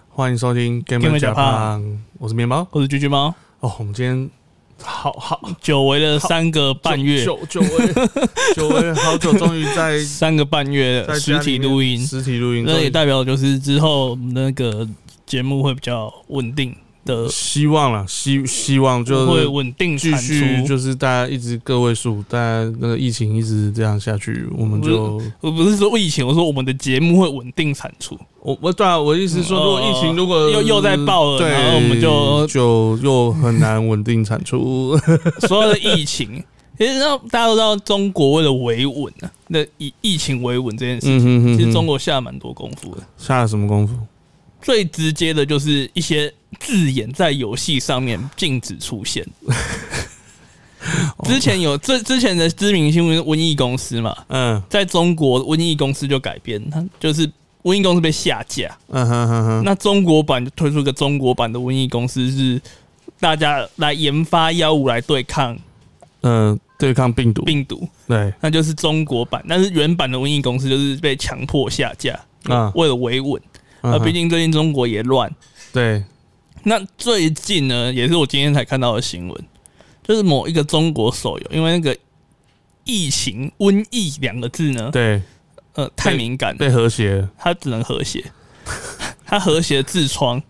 欢迎收听 Gamer 甲胖，我是面包， 我是居居猫。 哦，我们今天好久违了3个半月， 久违，好久，终于在 3个半月的实体录音，那也代表就是之后我们的那个节目会比较稳定的， 希望啦，希望就是会稳定产出， 继续就是大家一直个位数，大家那个疫情一直这样下去，我们就我不是说疫情，我说我们的节目会稳定产出。 对啊，我意思是说，如果疫情如果又在爆了，然后我们就又很难稳定产出。 所有的疫情，其实大家都知道，中国为了维稳啊，那以疫情维稳这件事情，其实中国下了蛮多功夫的。 下了什么功夫？ 最直接的就是一些字眼在游戏上面禁止出现。之前的知名新闻瘟疫公司嘛，在中国瘟疫公司就改编，它就是瘟疫公司被下架，那中国版就推出一个中国版的瘟疫公司，是大家来研发药物来对抗病毒， 对， 那就是中国版。但是原版的瘟疫公司就是被强迫下架，为了维稳。毕竟最近中国也乱， 对。 那最近呢，也是我今天才看到的新闻，就是某一个中国手游，因为那个疫情、瘟疫2个字呢， 对， 太敏感了， 被和谐了， 它只能和谐，它和谐痔疮，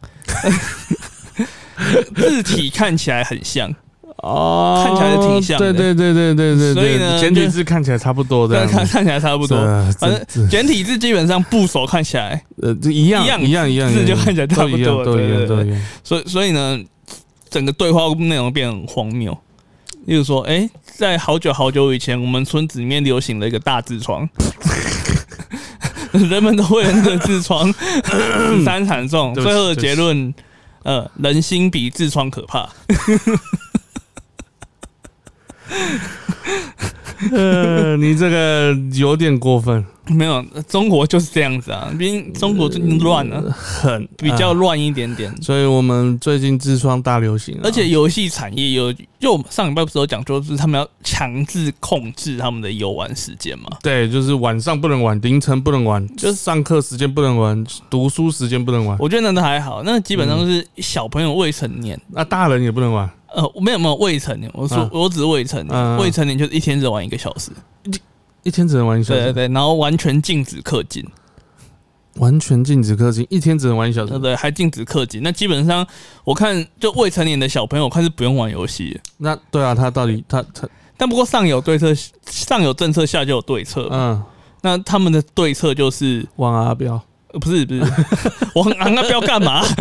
字体看起来很像。看起来是挺像的， 对， 所以呢， 简体字看起来差不多的， 看起来差不多，反正简体字基本上部首看起来一样， 字就看起来差不多， 都一样。 所以呢，整个对话内容变得很荒谬。例如说，在好久以前，我们村子里面流行了一个大痔疮，人们都为了那个痔疮死伤惨重，最后的结论，人心比痔疮可怕。 你这个有点过分。 没有，中国就是这样子啊，毕竟中国最近乱了，比较乱一点点。 所以我们最近痔疮大流行， 而且游戏产业就我们上礼拜不是有讲，就是他们要强制控制他们的游玩时间嘛？ 对，就是晚上不能玩，凌晨不能玩，就是上课时间不能玩，读书时间不能玩。 我觉得那都还好，那基本上是小朋友未成年， 那大人也不能玩。 没有未成年，我只是未成年，未成年就是一天只玩1个小时， 一天只能玩1小时， 对，然后完全禁止氪金， 一天只能玩1小时， 对，还禁止氪金。那基本上我看，就未成年的小朋友，我看是不用玩游戏。 那对啊，他到底他， 但不过上有政策，下就有对策。那他们的对策就是往阿标。 不是，我很阿标干嘛？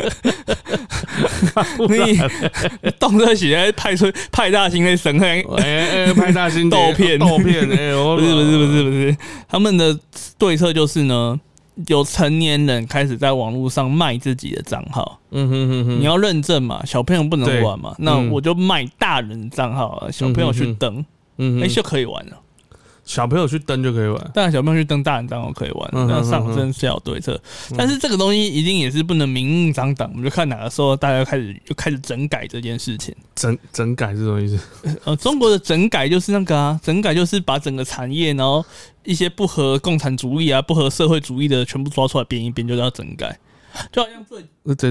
你动这些派大星的神黑， 派大星豆片， 不是，他们的对策就是呢，有成年人开始在网络上卖自己的账号。你要认证嘛，小朋友不能玩嘛，那我就卖大人账号，小朋友去登，就可以玩了。 小朋友去登就可以玩， 当然小朋友去登大人账号可以玩，那上升是要有对策。但是这个东西一定也是不能明目张胆，我们就看哪个时候大家就开始整改这件事情。 整改是什么意思？ 中国的整改就是那个啊，整改就是把整个产业，然后一些不合共产主义啊、不合社会主义的全部抓出来编一编，就叫整改。就好像对，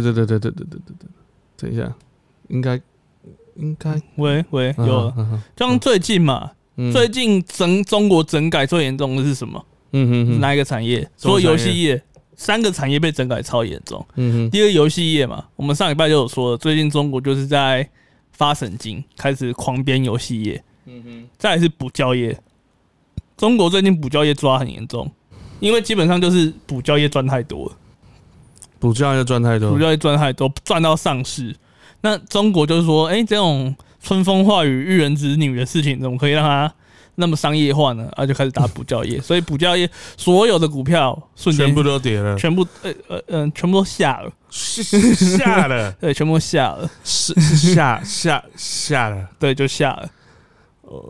等一下，应该， 喂，有了，就像最近嘛。最近中国整改最严重的是什么？哪一个产业？所有游戏业，3个产业被整改超严重。第一个游戏业嘛，我们上礼拜就有说了，最近中国就是在发神经，开始狂编游戏业。再来是补教业，中国最近补教业抓很严重，因为基本上就是补教业赚太多了。 补教业赚太多， 赚到上市。那中国就是说，这种春风化雨、育人子女的事情，怎么可以让它那么商业化呢？就开始打补教业，所以补教业所有的股票瞬间全部都跌了， 全部都下了， 下了， 对，全部都下了， 下了， 对，就下了。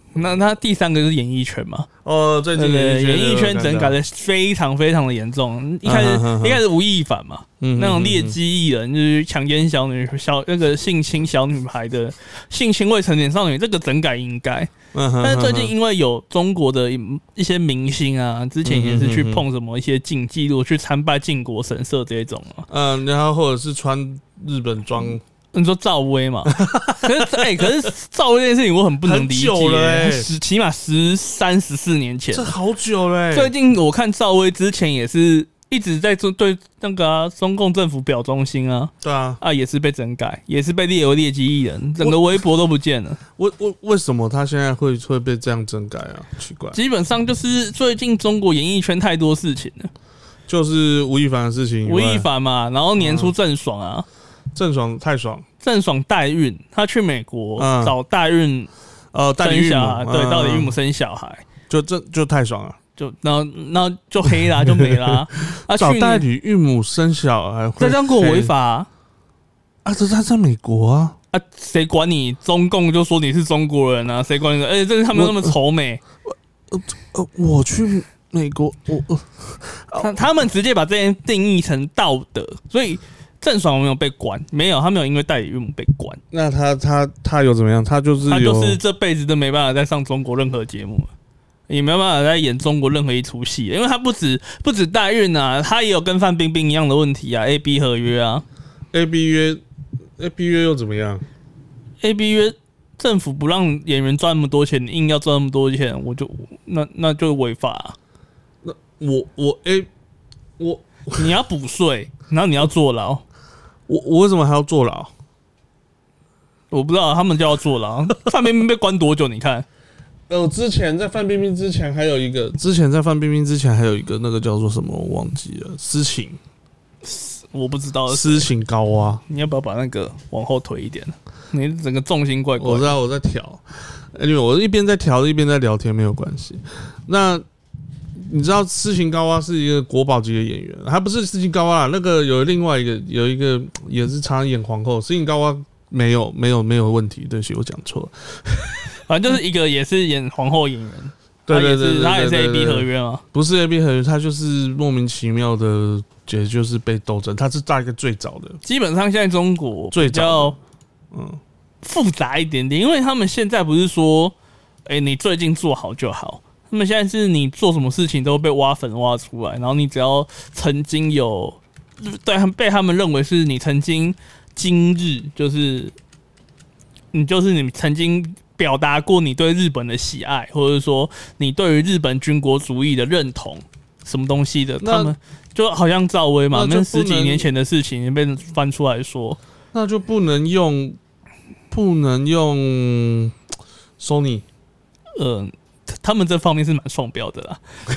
那他第3个就是演艺圈嘛。 最近演艺圈整改的非常非常的严重。一开始吴亦凡嘛，那种劣迹艺人就是强奸那个性侵小女孩的性侵未成年少女，这个整改应该。但是最近因为有中国的一些明星啊，之前也是去碰什么一些禁忌录，去参拜靖国神社这种啊。 然后或者是穿日本装。 你说赵薇嘛？可是赵薇这件事情我很不能理解，起码13、14年前， 这好久了。 最近我看赵薇之前也是一直在对那个中共政府表忠心啊， 对啊， 也是被整改，也是被列为劣迹艺人，整个微博都不见了。 为什么他现在会被这样整改啊？奇怪， 基本上就是最近中国演艺圈太多事情了， 就是吴亦凡的事情， 吴亦凡嘛，然后年初郑爽啊。 郑爽太爽， 郑爽代孕，她去美国找代孕，生小孩，对，代理孕母生小孩， 就太爽了， 然后就黑啦，就没啦。 找代理孕母生小孩， 在中国违法这他在美国啊， 谁管你？中共就说你是中国人啊，谁管你？而且这是他们那么丑美， 我去美国， 他们直接把这件定义成道德，所以。郑爽没有被关，没有，他没有因为代理孕母被关。 那他有怎么样？他就是这辈子都没办法再上中国任何节目了，也没办法再演中国任何一出戏，因为他不止代孕啊，他也有跟范冰冰一样的问题啊 ，AB 合约啊 ，AB 约又怎么样 ？AB 约政府不让演员赚那么多钱，你硬要赚那么多钱，那就违法啊。 那你要补税，然后你要坐牢。 我为什么还要坐牢？ 我不知道，他们就要坐牢。范冰冰被关多久？你看， 之前在范冰冰之前还有一个，那个叫做什么我忘记了，私情， 我不知道私情高啊。 你要不要把那个往后推一点？你整个重心怪怪的。 我知道我在调，因为我一边在调一边在聊天，没有关系。那你知道斯琴高娃是一个国宝级的演员，还不是斯琴高娃啦，那个有另外一个也是常常演皇后，斯琴高娃没有问题，对不起，我讲错了， 反正就是一个也是演皇后演员， 对， 他也是 AB 合约吗？ 不是 AB 合约，他就是莫名其妙的，也就是被斗争，他是大概最早的， 基本上现在中国比较复杂一点点，因为他们现在不是说，你最近做好就好。他们现在是你做什么事情都被挖粉挖出来，然后你只要曾经有被他们认为是你曾经今日就是你曾经表达过你对日本的喜爱，或者说你对于日本军国主义的认同，什么东西的，他们就好像赵薇嘛，那10几年前的事情被翻出来说， 那就不能用 Sony， 他们这方面是蛮双标的啦，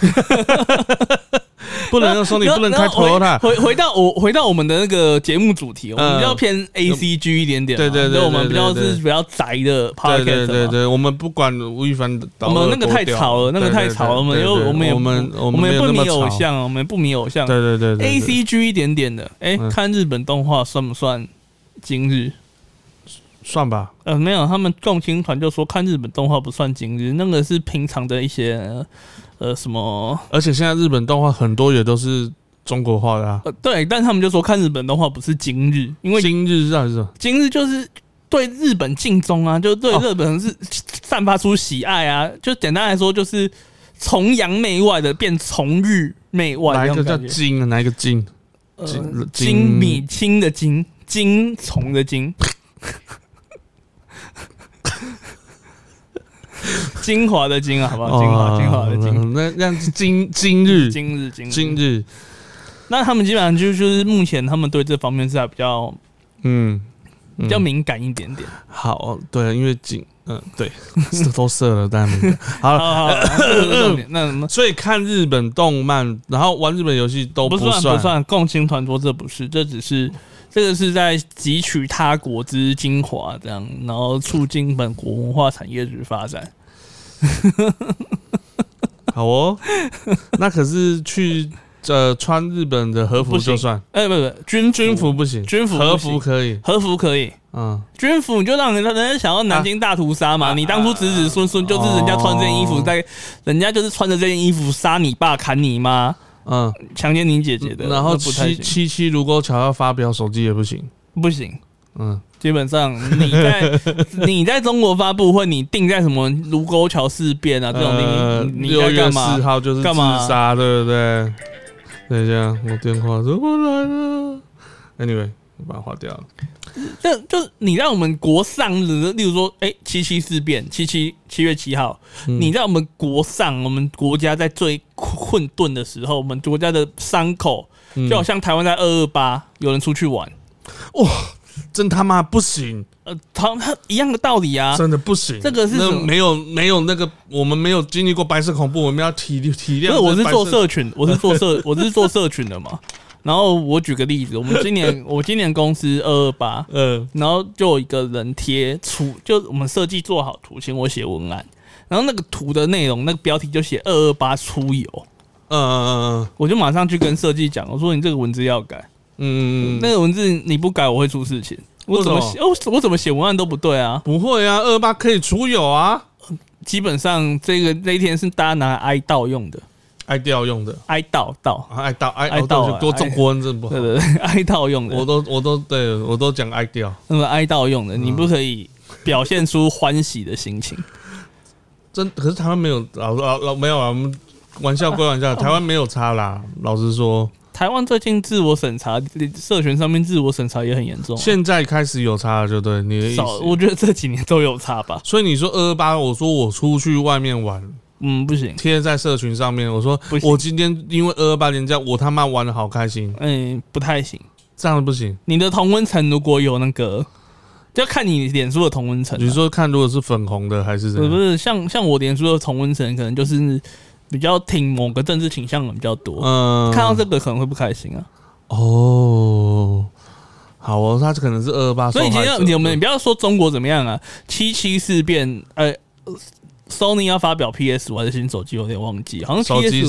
不能用 Sony， 不能开 Toyota。 回到我们的那个节目主题，我们比较偏 ACG 一点点，对，我们比较宅的 podcast， 对， 我们不管吴亦凡， 我们那个太吵了，我们也不迷偶像，我们不迷偶像， 对 ，ACG 一点点的，看日本动画算不算今日？ 算吧， 没有，他们共青团就说看日本动画不算今日，那个是平常的一些什么， 而且现在日本动画很多也都是中国化的啊。 对，但他们就说看日本动画不是今日，因为今日是什么？ 今日就是对日本敬宗啊，就对日本是散发出喜爱啊，就简单来说就是崇洋媚外的变崇日媚外。 哪一个叫金啊？哪一个金？ 金米青的金，金从的金。精华的精啊，好不好？精华的精， 那样子今日。 那他们基本上就是目前他们对这方面是还比较比较敏感一点点。 好，对，因为对，都射了，但敏感。好，那所以看日本动漫，然后玩日本游戏都不算。 共青团说这不是，这个是在汲取他国之精华，这样，然后促进本国文化产业之发展。 好哦，那可是去穿日本的和服就算， 不，军服不行， 和服可以， 和服可以， 军服你就让人家想要南京大屠杀嘛？你当初子子孙孙就是人家穿这件衣服，人家就是穿着这件衣服杀你爸、砍你妈，强奸你姐姐的。 然后七卢沟桥要发表手机也不行， 不行。基本上你在中国发布会，你定在什么卢沟桥事变啊这种地方，你在干嘛？6月4号就是自杀，对不对？等一下，我电话怎么来了 ？Anyway， 我把它划掉了。 就你在我们国上的，例如说，7.7事变，7月7号，你在我们国上，我们国家在最混沌的时候，我们国家的伤口，就好像台湾在228，有人出去玩， 哇！真他妈不行！ 他一样的道理啊， 真的不行。 这个是没有那个，我们没有经历过白色恐怖，我们要体谅。 不是，我是做社群，我是做社群的嘛。然后我举个例子，我今年公司228，然后就有一个人贴出，就我们设计做好图，请我写文案，然后那个图的内容，那个标题就写228出游，我就马上去跟设计讲，我说你这个文字要改。那个文字你不改我会出事情。我怎么写文案都不对啊？ 不会啊，228可以出游啊。 基本上那一天是大家拿来哀悼用的， 哀悼用的， 哀悼， 多中国文真不好。 对，哀悼用的， 我都讲哀悼。 那么哀悼用的，你不可以表现出欢喜的心情。 可是台湾没有没有啊，我们玩笑归玩笑，台湾没有差啦。老实说。 台湾最近自我审查，社群上面自我审查也很严重。 现在开始有差了，就对你的意思。 我觉得这几年都有差吧。 所以你说228，我说我出去外面玩， 不行， 贴在社群上面，我说我今天因为228连假，我他妈玩的好开心。 不太行， 这样不行。 你的同温层如果有那个，就看你脸书的同温层。 比如说看如果是粉红的还是怎样？ 不是像我脸书的同温层，可能就是比较挺某个政治倾向的比较多。看到这个可能会不开心啊。 好哦，他可能是228。 所以今天你不要说中国怎么样啊，7.7事变，Sony 要发表 PS5还是新手机，有点忘记，好像手机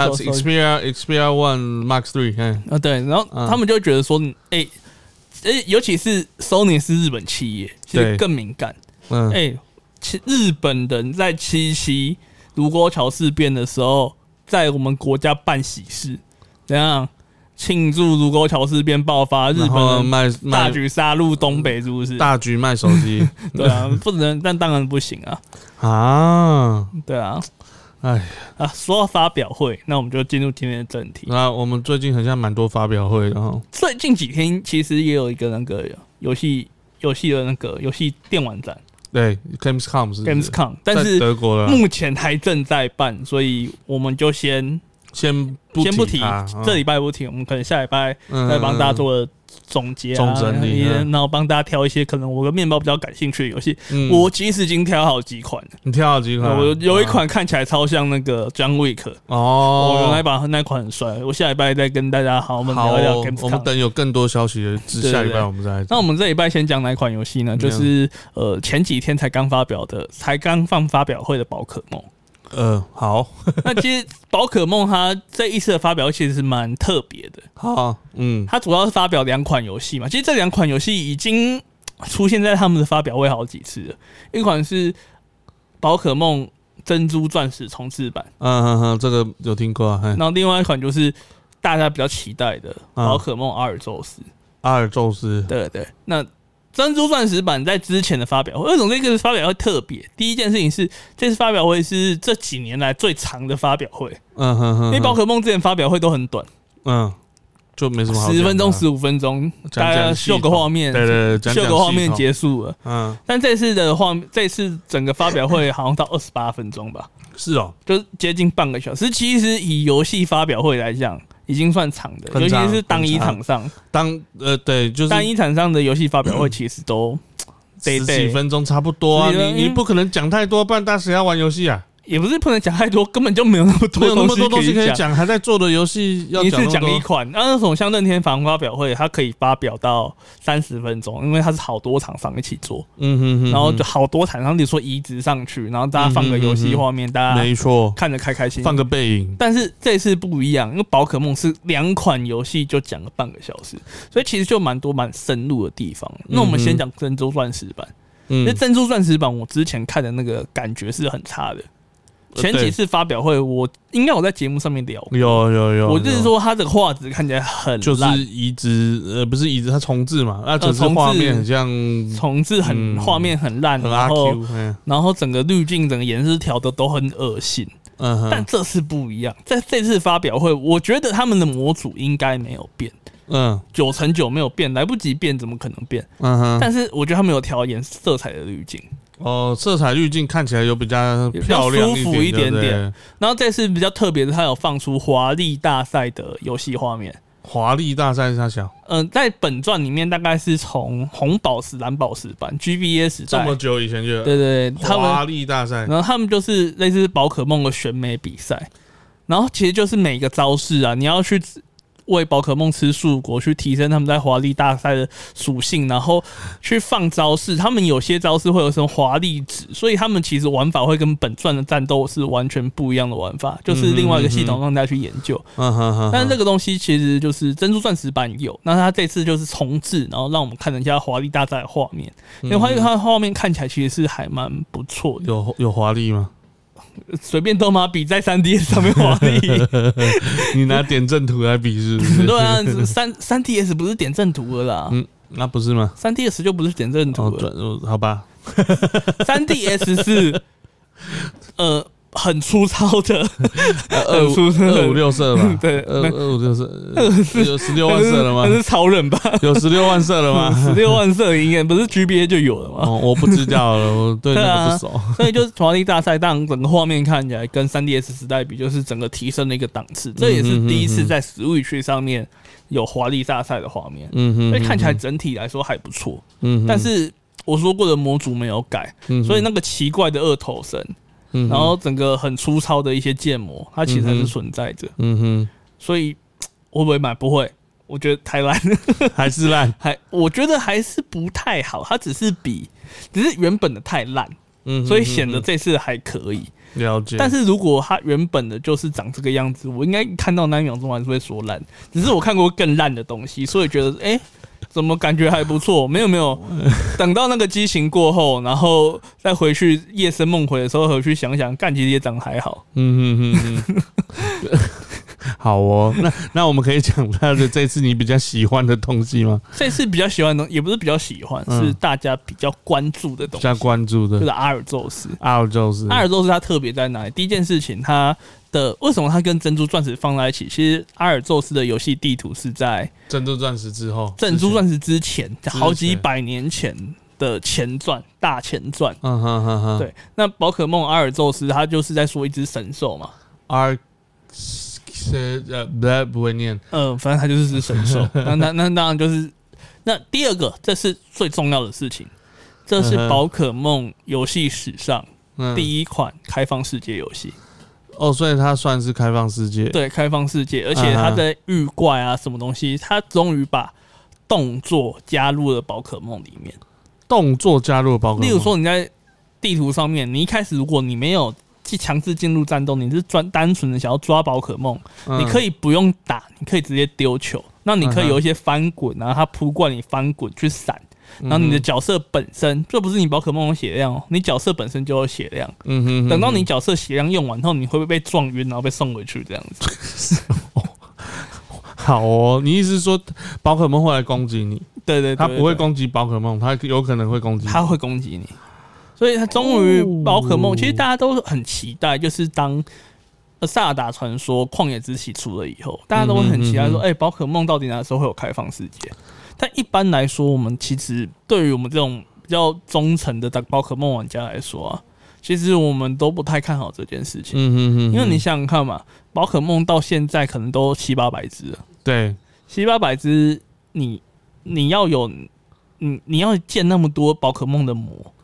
Xperia One Mark III。 对，然后他们就觉得说，尤其是 Sony 是日本企业，其实更敏感。日本人在7.7卢沟桥事变的时候，在我们国家办喜事，怎样庆祝卢沟桥事变爆发？日本人大举杀入东北，是不是？ 大举卖手机， 对啊，不能，但当然不行啊！对啊，说到发表会，那我们就进入今天的正题。 那我们最近好像蛮多发表会的哈。 最近几天其实也有一个那个游戏的那个游戏电玩展。 对 ，Gamescom 是 Gamescom， 但是德国目前还正在办，所以我们就先不提，这礼拜不提，我们可能下礼拜再帮大家做个总结啊， 整理， 然后帮大家挑一些可能我跟面包比较感兴趣的游戏。我其实已经挑好几款了。 你挑好几款？ 我有一款看起来超像那个 John Wick。我原来那款很帅。我下礼拜再跟大家我们聊一聊 Gamescom。 我们等有更多消息，下礼拜我们再来。 那我们这礼拜先讲哪款游戏呢？就是前几天才刚放发表会的宝可梦。 好。 那其实宝可梦它这一次的发表会其实是蛮特别的。它主要是发表2款游戏嘛。其实这2款游戏已经出现在他们的发表会好几次了。一款是宝可梦珍珠钻石重置版， 这个有听过啊。 然后另外一款就是大家比较期待的宝可梦阿尔宙斯。对，那珍珠钻石版在之前的发表会，为什么这个发表会特别？第一件事情是，这次发表会是这几年来最长的发表会。因为宝可梦之前发表会都很短， 就没什么好 10分钟、15分钟，大家秀个画面，秀个画面结束了。但这次整个发表会好像到28分钟吧？ 是哦， 就接近半个小时。其实以游戏发表会来讲，已经算长的，尤其是单一场上， 对，就是单一场上的游戏发表会，其实都 10几分钟差不多啊。你不可能讲太多，不然大家谁要玩游戏啊？ 也不是不能讲太多，根本就没有那么多东西可以讲，还在做的游戏要一次讲一款。那种像任天堂发表会，它可以发表到30分钟，因为它是好多厂商一起做，然后就好多厂商，你说移植上去，然后大家放个游戏画面，大家没错看着开开心心， 放个背影。 但是这次不一样，因为宝可梦是2款游戏就讲了半个小时，所以其实就蛮深入的地方。那我们先讲珍珠钻石版。因为珍珠钻石版我之前看的那个感觉是很差的，前几次发表会我应该我在节目上面聊过， 有， 我就是说它的画质看起来很烂， 就是移植不是移植，它重置嘛，只是画面很像重置，画面很烂，然后整个滤镜、整个颜色调的都很恶心。但这次不一样，在这次发表会，我觉得他们的模组应该没有变。9成9没有变，来不及变，怎么可能变？但是我觉得他们有调颜色彩的滤镜， 色彩滤镜看起来有比较漂亮舒服一点点。然后这次比较特别的，它有放出华丽大赛的游戏画面。 华丽大赛是啥小？ 在本传里面大概是从红宝石、蓝宝石版 GBA 时代， 这么久以前就有。 对， 华丽大赛。 然后他们就是类似宝可梦的选美比赛，然后其实就是每个招式啊，你要去为宝可梦吃树果，去提升他们在华丽大赛的属性，然后去放招式。他们有些招式会有什么华丽值，所以他们其实玩法会跟本传的战斗是完全不一样的玩法，就是另外一个系统让大家去研究。但是这个东西其实就是珍珠钻石版有，那它这次就是重置，然后让我们看人家华丽大赛的画面，因为华丽大赛画面看起来其实是还蛮不错的。 有华丽吗？ 随便都嘛比在 3DS 上面华丽， 你拿点阵图来比是不是？ 对啊，3DS 不是点阵图了啦。 那不是吗 ？3DS 就不是点阵图了。 好吧。 3DS 是很粗糙的 ，256色吧？ 对 ，256色，有16万色了吗？ 那是超人吧？ 有16万色了吗 ？16万色应该不是 GBA 就有了吗？ 我不知道了，我对那个不熟。 所以就是华丽大赛，当然整个画面看起来跟 3DS 时代比，就是整个提升了一个档次。这也是第一次在 Switch 上面有华丽大赛的画面，所以看起来整体来说还不错。但是我说过的模组没有改，所以那个奇怪的2头身。然后整个很粗糙的一些建模，它其实还是存在着。所以会不会买？不会，我觉得太烂， 还是烂， 我觉得还是不太好。它只是原本的太烂，所以显得这次还可以。 了解。 但是如果它原本的就是长这个样子，我应该看到那1秒钟还是会说烂。只是我看过更烂的东西，所以觉得怎么感觉还不错？没有，等到那个机型过后，然后再回去夜深梦回的时候，回去想想，其实也长得还好。 好哦，那我们可以讲他的这次你比较喜欢的东西吗？ 这次比较喜欢的东西，也不是比较喜欢，是大家比较关注的东西。 比较关注的就是阿尔宙斯。 阿尔宙斯它特别在哪里？第一件事情，为什么它跟珍珠钻石放在一起？其实阿尔宙斯的游戏地图是在珍珠钻石之后， 珍珠钻石之前，好几百年前的前传，大前传。对，那宝可梦阿尔宙斯，它就是在说一只神兽嘛。 不会念。 反正它就是只神兽。那当然就是那第二个，这是最重要的事情，这是宝可梦游戏史上第一款开放世界游戏。 所以它算是开放世界。 对，开放世界，而且它在遇怪啊什么东西，它终于把动作加入了宝可梦里面。 动作加入了宝可梦， 例如说你在地图上面，你一开始如果你没有强制进入战斗，你是单纯的想要抓宝可梦，你可以不用打，你可以直接丢球。那你可以有一些翻滚，然后它扑过你翻滚去闪。然后你的角色本身，这不是你宝可梦有血量你角色本身就有血量。等到你角色血量用完后，你会不会被撞晕，然后被送回去这样子？ 好哦，你意思是说宝可梦会来攻击你？ 对， 它不会攻击宝可梦，它有可能会攻击你。 它会攻击你，所以它终于宝可梦，其实大家都很期待，就是当萨尔达传说旷野之息出了以后，大家都会很期待说，宝可梦到底哪时候会有开放世界？但一般来说，我们其实对于我们这种比较忠诚的宝可梦玩家来说啊，其实我们都不太看好这件事情。因为你想想看嘛，宝可梦到现在可能都700-800只了。 对 ，700-800只，你要有你要建那么多宝可梦的模，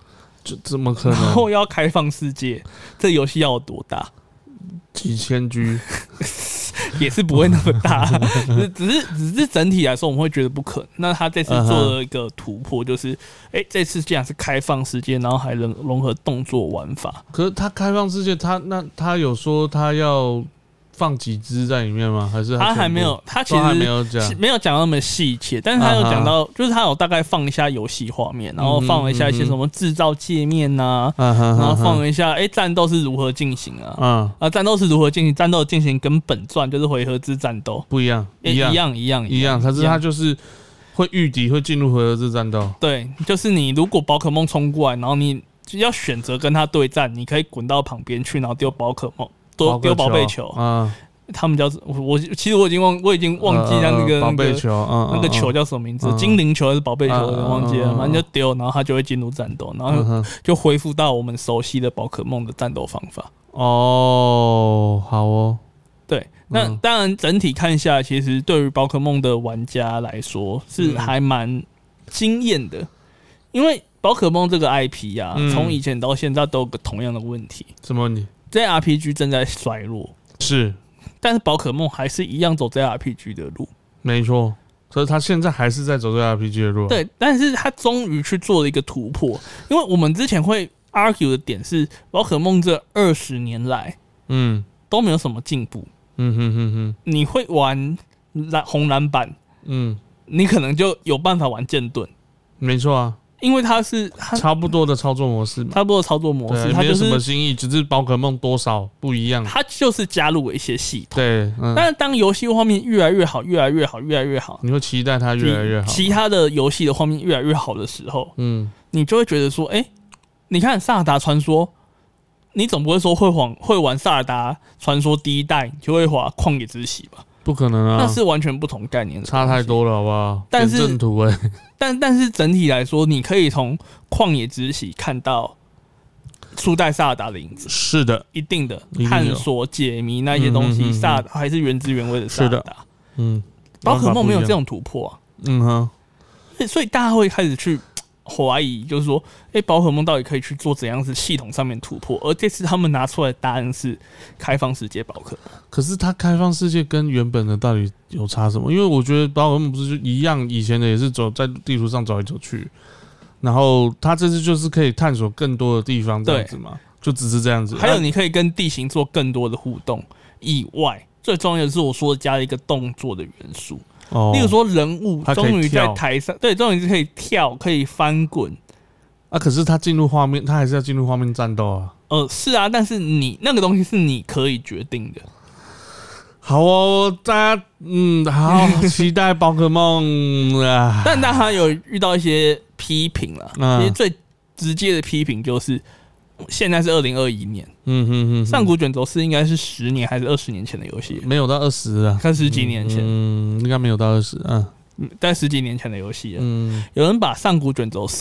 就怎么可能？ 然后要开放世界，这游戏要有多大？ 几千 G 也是不会那么大，只是整体来说，我们会觉得不可能。那他这次做了一个突破，就是这次竟然是开放世界，然后还能融合动作玩法。 可是他开放世界，他有说他要放几只在里面吗？还是他还没有？他其实没有讲那么细切，但是他有讲到，就是他有大概放一下游戏画面，然后放了一下一些什么制造界面呐，然后放了一下战斗是如何进行啊，战斗是如何进行，战斗进行跟本传就是回合制战斗不一样，一样，他就是会御敌，会进入回合制战斗。 对，就是你如果宝可梦冲过来，然后你要选择跟他对战，你可以滚到旁边去，然后丢宝可梦。丢宝贝球，他们叫其实我已经忘记那个宝贝球， 那个球叫什么名字？精灵球还是宝贝球？忘记了，反正就丢，然后它就会进入战斗，然后就恢复到我们熟悉的宝可梦的战斗方法。 哦，好哦， 对，那当然整体看下来，其实对于宝可梦的玩家来说是还蛮惊艳的，因为宝可梦这个 IP 啊，从以前到现在都有个同样的问题。 什么问题 ？JRPG 正在衰落， 是，但是宝可梦还是一样走 JRPG 的路， 没错，所以他现在还是在走 JRPG 的路。 对，但是他终于去做了一个突破，因为我们之前会 argue 的点是，宝可梦这20年来，都没有什么进步，你会玩红蓝版，你可能就有办法玩剑盾， 没错啊。 因为它差不多的操作模式嘛， 差不多的操作模式， 它没有什么新意，只是宝可梦多少不一样。 它就是加入了一些系统， 对。 但是当游戏画面越来越好，越来越好，越来越好， 你会期待它越来越好。 其他的游戏的画面越来越好的时候，你就会觉得说，你看《萨尔达传说》，你总不会说会玩《萨尔达传说》第1代，你就会滑《旷野之息》吧？ 不可能啊， 那是完全不同概念的， 差太多了，好不好？ 但是正途但是整体来说，你可以从《旷野之息》看到初代萨尔达的影子， 是的， 一定的探索解谜那些东西，萨尔达还是原汁原味的萨尔达。宝可梦没有这种突破啊，所以大家会开始去怀疑，就是说，宝可梦到底可以去做怎样子系统上面突破？而这次他们拿出来的答案是开放世界宝可梦。 可是它开放世界跟原本的到底有差什么？因为我觉得宝可梦不是就一样，以前的也是走在地图上走来走去，然后它这次就是可以探索更多的地方，这样子嘛，就只是这样子。 还有你可以跟地形做更多的互动以外，最重要的是我说的加了一个动作的元素。例如说人物终于在台上，对，终于可以跳，可以翻滚啊！可是他进入画面，他还是要进入画面战斗啊。 是啊，但是你那个东西是你可以决定的。 好哦，大家好期待宝可梦啊！ 但大家有遇到一些批评了，其实最直接的批评就是现在是2021年，上古卷轴4应该是10年还是20年前的游戏？ 没有到20啊， 看10几年前， 应该没有到20， 但10几年前的游戏了。有人把上古卷轴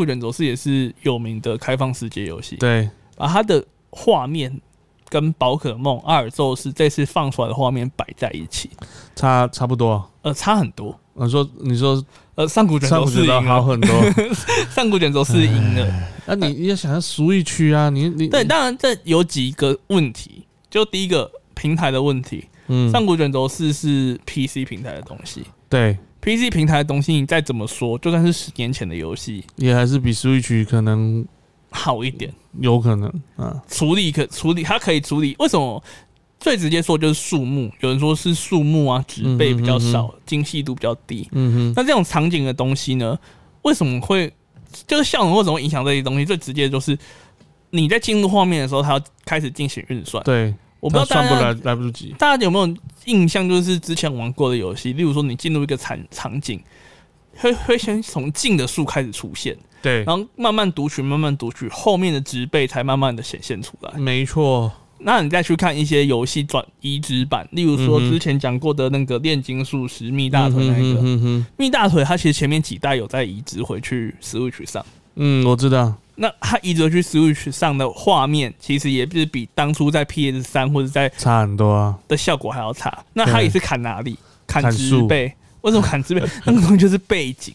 4也是有名的开放世界游戏，对，把它的画面跟宝可梦阿尔宙斯这次放出来的画面摆在一起， 差不多， 差很多。 你说上古卷轴4赢了， 好很多， 上古卷轴4赢了。 那你要想要Switch啊，你对，当然这有几个问题，就第一个平台的问题，上古卷轴4是 PC 平台的东西，对 PC 平台的东西，你再怎么说，就算是10年前的游戏，也还是比 Switch 可能好一点， 有可能处理它可以处理，为什么？最直接说就是树木，有人说是树木啊，植被比较少，精细度比较低。那这种场景的东西呢，为什么会就是效能为什么会影响这些东西？最直接就是你在进入画面的时候，它要开始进行运算。对，我不知道大家来不及， 大家有没有印象？就是之前玩过的游戏，例如说你进入一个场景，会先从近的树开始出现，对，然后慢慢读取，后面的植被才慢慢的显现出来。 没错。 那你再去看一些游戏移植版，例如说之前讲过的那个炼金术师蜜大腿那一个，蜜大腿它其实前面几代有在移植回去 Switch 上。 我知道。 那它移植回去 Switch 上的画面，其实也是比当初在 PS3 或者在差很多啊的效果还要差。那它也是砍哪里？砍植被。为什么砍植被？那个东西就是背景。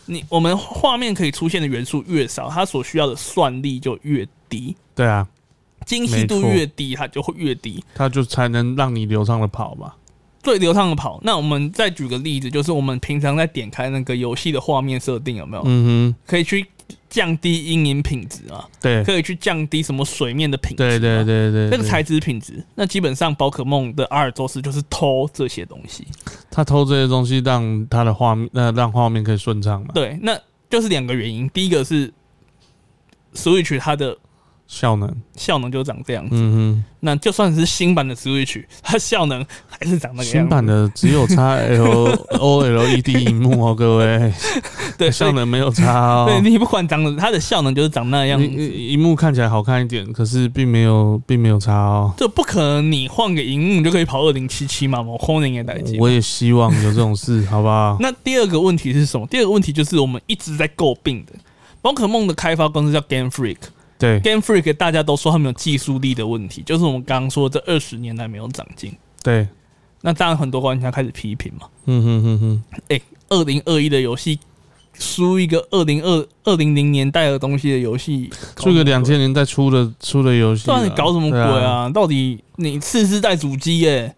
我们画面可以出现的元素越少，它所需要的算力就越低。 对啊， 精细度越低，它就会越低， 它就才能让你流畅的跑嘛。 最流畅的跑。那我们再举个例子，就是我们平常在点开那个游戏的画面设定，有没有？可以去降低阴影品质啊， 对， 可以去降低什么水面的品质， 对， 那个材质品质。那基本上宝可梦的阿尔宙斯就是偷这些东西， 他偷这些东西让他的画面，让画面可以顺畅嘛。 对，那就是2个原因，第一个是 Switch 它的效能就长这样子。那就算是新版的 Switch， 它效能还是长那个样子。 新版的只有插 OLED 荧幕哦，各位。对，效能没有差哦。 对，你不管它的效能就是长那样子。 荧幕看起来好看一点，可是并没有差哦。 这不可能，你换个荧幕就可以跑2077嘛？我空年也来及。 我也希望有这种事，好不好？ 那第二个问题是什么？第二个问题就是我们一直在诟病的，宝可梦的开发公司叫 Game Freak。 对 ，Game Freak 大家都说他们有技术力的问题，就是我们刚刚说这20年来没有长进。 对， 那当然很多玩家开始批评嘛。2021的游戏输一个2000年代的东西的游戏， 出一个2000年代出的游戏， 你搞什么鬼啊？到底你次世代主机耶？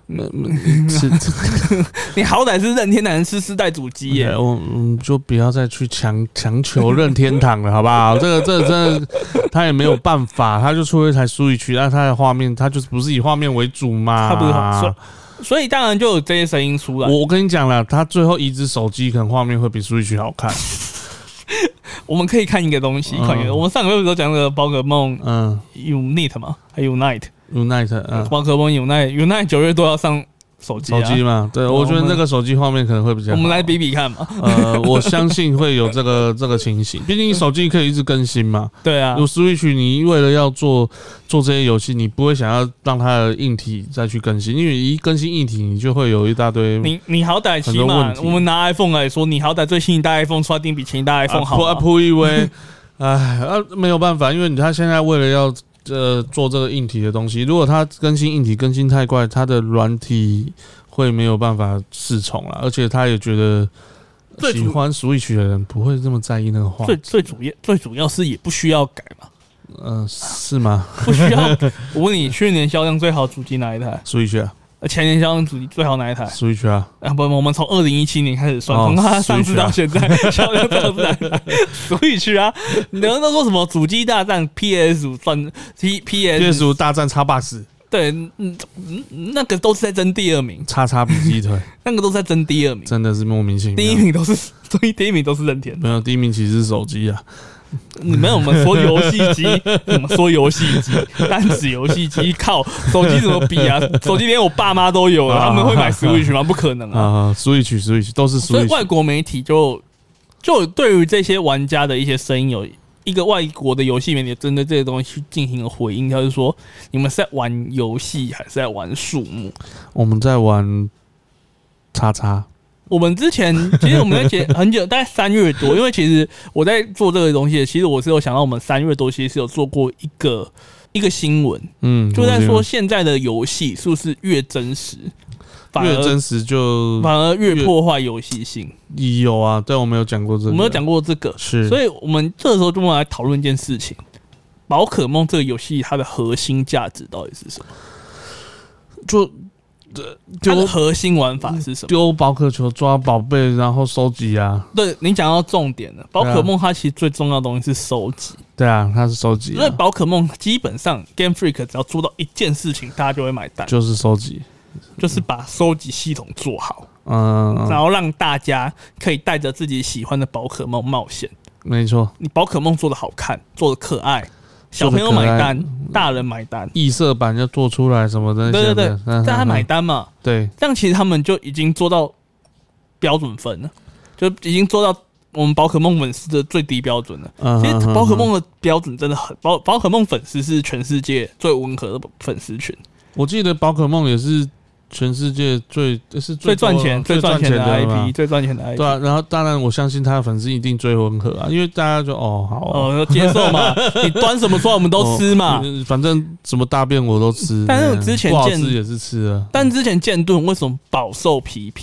你好歹是任天堂4代主机耶， 我就不要再去强求任天堂了，好不好？这个真的他也没有办法，他就出了一台 Switch， 那他的画面他就是不是以画面为主嘛， 他不是，所以当然就有这些声音出来。 我跟你讲了，他最后移植手机，可能画面会比 Switch 好看。 我们可以看一个东西，我们上个月都讲了宝可梦Unite 嘛，还有 Unite， 宝可梦 Unite 9月都要上手机嘛，对，我觉得那个手机画面可能会比较好。 我们来比比看嘛。 我相信会有这个情形，毕竟手机可以一直更新嘛。 对啊， 有 Switch， 你为了要做这些游戏，你不会想要让它的硬体再去更新，因为一更新硬体，你就会有一大堆。 你好歹起码我们拿 iPhone 来说，你好歹最新一代 iPhone 刷定比前一代 iPhone 好。 扑一威，没有办法，因为他现在为了要做这个硬体的东西，如果它更新硬体更新太快，它的软体会没有办法适从了，而且他也觉得喜欢 Switch 的人不会这么在意那个画质。 最主要是也不需要改嘛。 是吗？ 不需要。我问你，去年销量最好主机哪一台 ？Switch 啊。 前年销量主机最好哪一台 ？Switch 啊。 不，我们从2017年开始算，从它上市到现在，销量最好是哪一台 ？Switch 啊。人都说什么主机大战 PS5 算 PS5 大战 Xbox。 对，那个都是在争第2名， 叉比鸡腿， 那个都是在争第2名， 真的是莫名其妙。 第一名都是任天堂， 没有，第1名其实是手机啊。 你们我们说游戏机，我们说游戏机，单指游戏机，靠手机怎么比啊？手机连我爸妈都有了，他们会买 Switch 吗？不可能啊 ！Switch 都是 Switch。 所以外国媒体就对于这些玩家的一些声音，有一个外国的游戏媒体针对这些东西去进行了回应，就是说你们是在玩游戏还是在玩树木？ 我们在玩叉。 我们之前其实我们在很久，大概3月多，因为其实我在做这个东西，其实我是有想到我们3月多其实是有做过一个新闻，就在说现在的游戏是不是越真实，反而越破坏游戏性。 有啊，对，我们有讲过这个， 我们有讲过这个， 是， 所以我们这时候就来讨论一件事情：宝可梦这个游戏它的核心价值到底是什么？它的核心玩法是什么？ 丢宝可球、抓宝贝，然后收集啊。 对，你讲到重点了。宝可梦它其实最重要的东西是收集。 对啊，它是收集。 因为宝可梦基本上 Game Freak 只要做到一件事情，大家就会买单， 就是收集， 就是把收集系统做好，然后让大家可以带着自己喜欢的宝可梦冒险。 没错， 你宝可梦做的好看，做的可爱。小朋友买单，大人买单， 异色版就做出来什么的， 对，大家买单嘛。 对， 这样其实他们就已经做到标准分了，就已经做到我们宝可梦粉丝的最低标准了。其实宝可梦的标准真的很，宝可梦粉丝是全世界最温和的粉丝群。 我记得宝可梦也是全世界最赚钱的 IP， 最赚钱的 IP。 对啊，然后当然我相信他的粉丝一定最温和啊，因为大家就好接受嘛，你端什么出来我们都吃嘛， 反正什么大便我都吃。 但是之前不好吃也是吃啊。 但之前剑盾为什么饱受批评？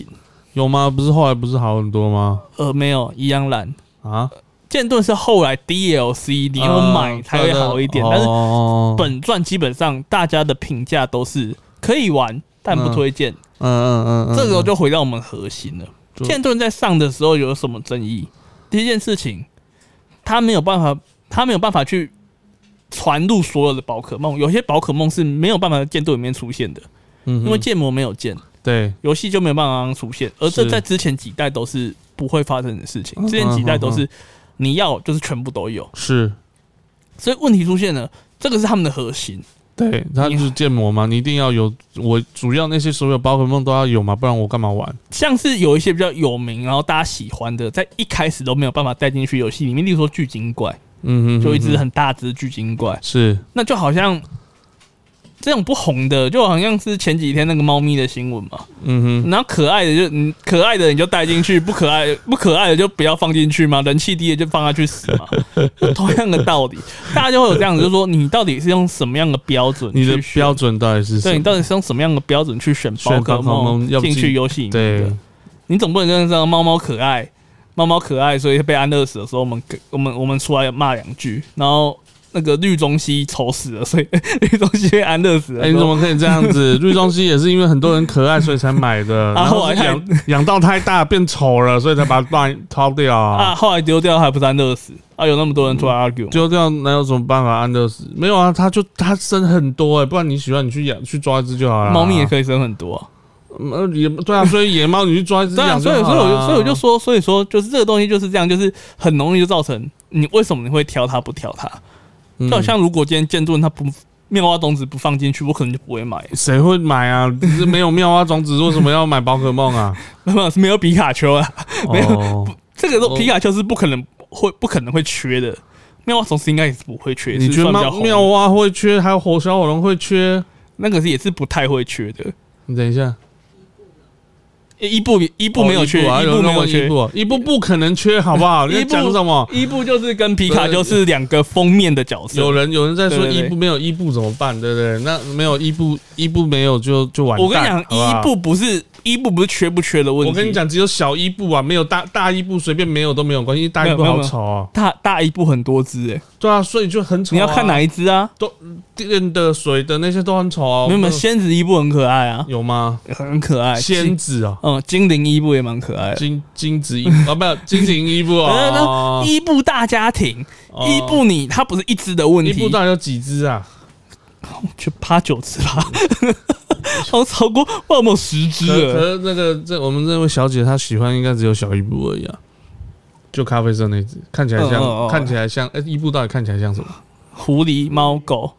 有吗？不是后来不是好很多吗？ 没有，一样烂啊。 剑盾是后来 DLC 你有买才会好一点，但是本传基本上大家的评价都是可以玩，但不推荐。这时候就回到我们核心了。剑盾在上的时候有什么争议？第一件事情，他没有办法去传入所有的宝可梦，有些宝可梦是没有办法在剑盾里面出现的，因为剑魔没有剑， 对， 游戏就没有办法让它出现，而这在之前几代都是不会发生的事情，之前几代都是你要就是全部都有， 是， 所以问题出现了，这个是他们的核心。 对，它就是剑魔嘛，你一定要有，我主要那些所有宝可梦都要有嘛，不然我干嘛玩？ 像是有一些比较有名，然后大家喜欢的，在一开始都没有办法带进去游戏里面，例如说巨鲸怪，就一只很大只的巨鲸怪， 是， 那就好像这种不红的，就好像是前几天那个猫咪的新闻嘛，然后可爱的可爱的你就带进去，不可爱的就不要放进去嘛，人气低的就放下去死嘛，同样的道理，大家就会有这样子，就是说你到底是用什么样的标准？ 你的标准到底是什么？ 对，你到底是用什么样的标准去选宝可梦进去游戏里面的？你总不能跟这样猫猫可爱，所以被安乐死的时候，我们出来骂2句，然后那个绿中西丑死了，所以绿中西被安乐死了。 你怎么可以这样子？绿中西也是因为很多人可爱，所以才买的。然后养到太大变丑了，所以才把它掏掉啊。 后来丢掉还不是安乐死啊？有那么多人出来 argue， 丢掉哪有什么办法安乐死？没有啊，它生很多不然你喜欢你去抓一只就好了。 猫咪也可以生很多啊。 对啊，所以野猫你去抓一只养就好了。 所以我就说，就是这个东西就是这样，就是很容易就造成你为什么你会挑它不挑它？就好像如果今天剑盾它不妙蛙种子不放进去，我可能就不会买。 谁会买啊？没有妙蛙种子，为什么要买宝可梦啊？ 没有皮卡丘啊，没有这个皮卡丘是不可能会缺的。妙蛙种子应该也是不会缺。 你觉得妙蛙会缺？还有小火龙会缺？ 那个也是不太会缺的。 你等一下。 伊布没有缺， 伊布不可能缺，好不好？你在讲什么？ 伊布就是跟皮卡丘是2个封面的角色。 有人在说伊布没有伊布怎么办？对不对？那没有伊布没有就完蛋。 我跟你讲，伊布不是缺不缺的问题。 我跟你讲，只有小伊布啊，没有大伊布随便没有都没有关系。大伊布好丑啊， 大伊布很多只对啊，所以就很丑。 你要看哪一只啊？ 都电的水的那些都很丑啊。 没有仙子伊布很可爱啊。 有吗？ 很可爱。 仙子啊。 精灵伊布也蛮可爱的， 金子伊布没有精灵伊布啊， 伊布大家庭，伊布它不是一只的问题， 伊布到底有几只啊？ 就8、9只吧，好超过有没有10只了？ 可是我们这位小姐她喜欢应该只有小伊布而已啊，就咖啡色那只，看起来像伊布到底看起来像什么？ 狐狸、猫、狗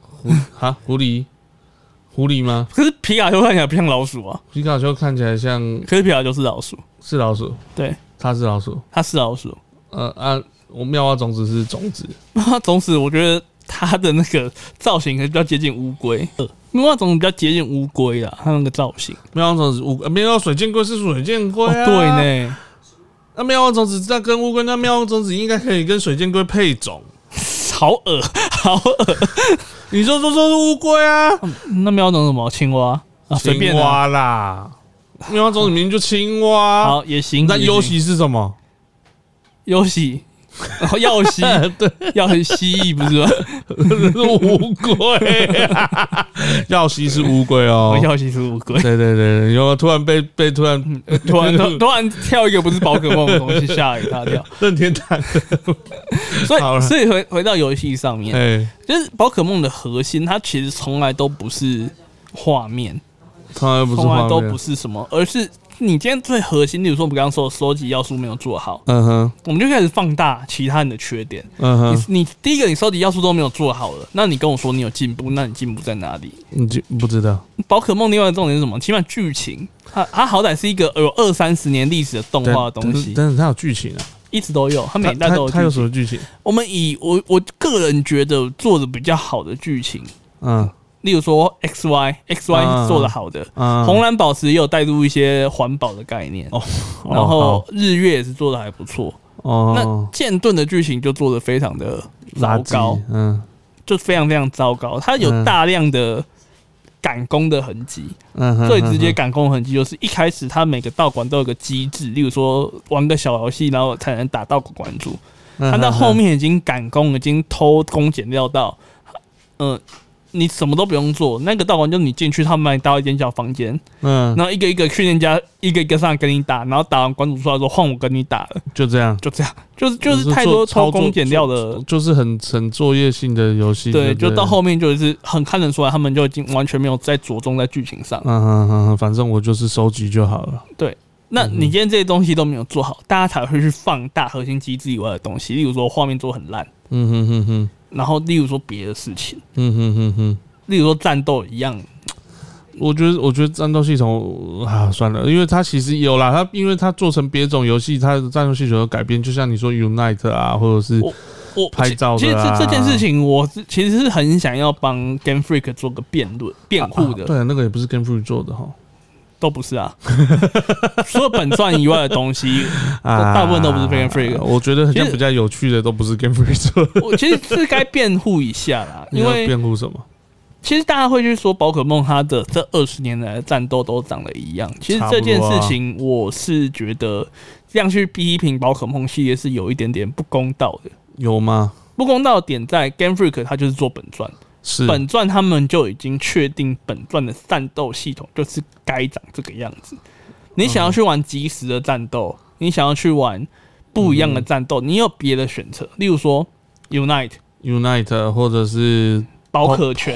狐狸吗？ 可是皮卡丘看起来不像老鼠啊。 皮卡丘看起来像， 可是皮卡丘是老鼠， 是老鼠。 对， 它是老鼠。我妙蛙种子是种子。 妙蛙种子，我觉得它的那个造型可能比较接近乌龟。妙蛙种子比较接近乌龟啦，它那个造型。 妙蛙种子妙蛙水箭龟是水箭龟啊。 对呢。 那妙蛙种子在跟乌龟，那妙蛙种子应该可以跟水箭龟配种。 好恶。 你说是乌龟啊？ 那妙蛙种子什么？青蛙啊，随便青蛙啦。妙蛙种子明明就青蛙。 好，也行。 那优喜是什么？ 优喜。耀西对，耀西蜥蜴不是吗？ 是乌龟，耀西是乌龟哦， 耀西是乌龟。 对，有突然被突然跳一个不是宝可梦的东西，吓一大跳， 任天堂。 所以回到游戏上面，就是宝可梦的核心，它其实从来都不是画面，从来都不是什么，而是。你今天最核心，例如说我们刚刚说的收集要素没有做好，我们就开始放大其他人的缺点。你第一个，你收集要素都没有做好了，那你跟我说你有进步，那你进步在哪里？ 你不知道。 宝可梦另外一个重点是什么？起码剧情，它好歹是一个有20-30年历史的动画的东西， 但是它有剧情啊， 一直都有，它每代都有剧情。 它有什么剧情？ 我们我个人觉得做的比较好的剧情，例如说 XY 做的好的，红蓝宝石也有带入一些环保的概念，然后日月也是做的还不错。那剑盾的剧情就做的非常的糟糕，就非常非常糟糕。它有大量的赶工的痕迹。最直接赶工的痕迹就是一开始他每个道馆都有个机制，例如说玩个小游戏，然后才能打道馆关注。他到后面已经赶工，已经偷工减料到，你什么都不用做，那个道馆就是你进去，他们把你带到一间小房间，然后一个一个训练家一个一个上来跟你打，然后打完馆主出来说换我跟你打了， 就这样， 就是太多偷工减料的， 就是很作业性的游戏。 对，就到后面就是很看得出来，他们就已经完全没有在着重在剧情上。 反正我就是收集就好了。 对。那你今天这些东西都没有做好，大家才会去放大核心机制以外的东西，例如说画面做很烂，然后例如说别的事情，例如说战斗一样。 我觉得战斗系统算了，因为它其实有啦，因为它做成别种游戏，它的战斗系统有改变，就像你说 Unite 啊，或者是拍照的啊。 其实这件事情，我其实是很想要帮 Game Freak 做个辩护的。 对，那个也不是 Game Freak 做的哈。 都不是啊，除了本传以外的东西，大部分都不是 Game Freak。 我觉得很像比较有趣的都不是 Game Freak 做的。 我其实是该辩护一下啦，因为辩护什么？ 其实大家会去说宝可梦它的这20年来的战斗都长得一样，其实这件事情我是觉得这样去批评宝可梦系列是有一点点不公道的。 有吗？ 不公道的点在 Game Freak 它就是做本传。本传他们就已经确定本传的战斗系统就是该长这个样子。你想要去玩即时的战斗，你想要去玩不一样的战斗，你有别的选择，例如说 Unite 或者是宝可拳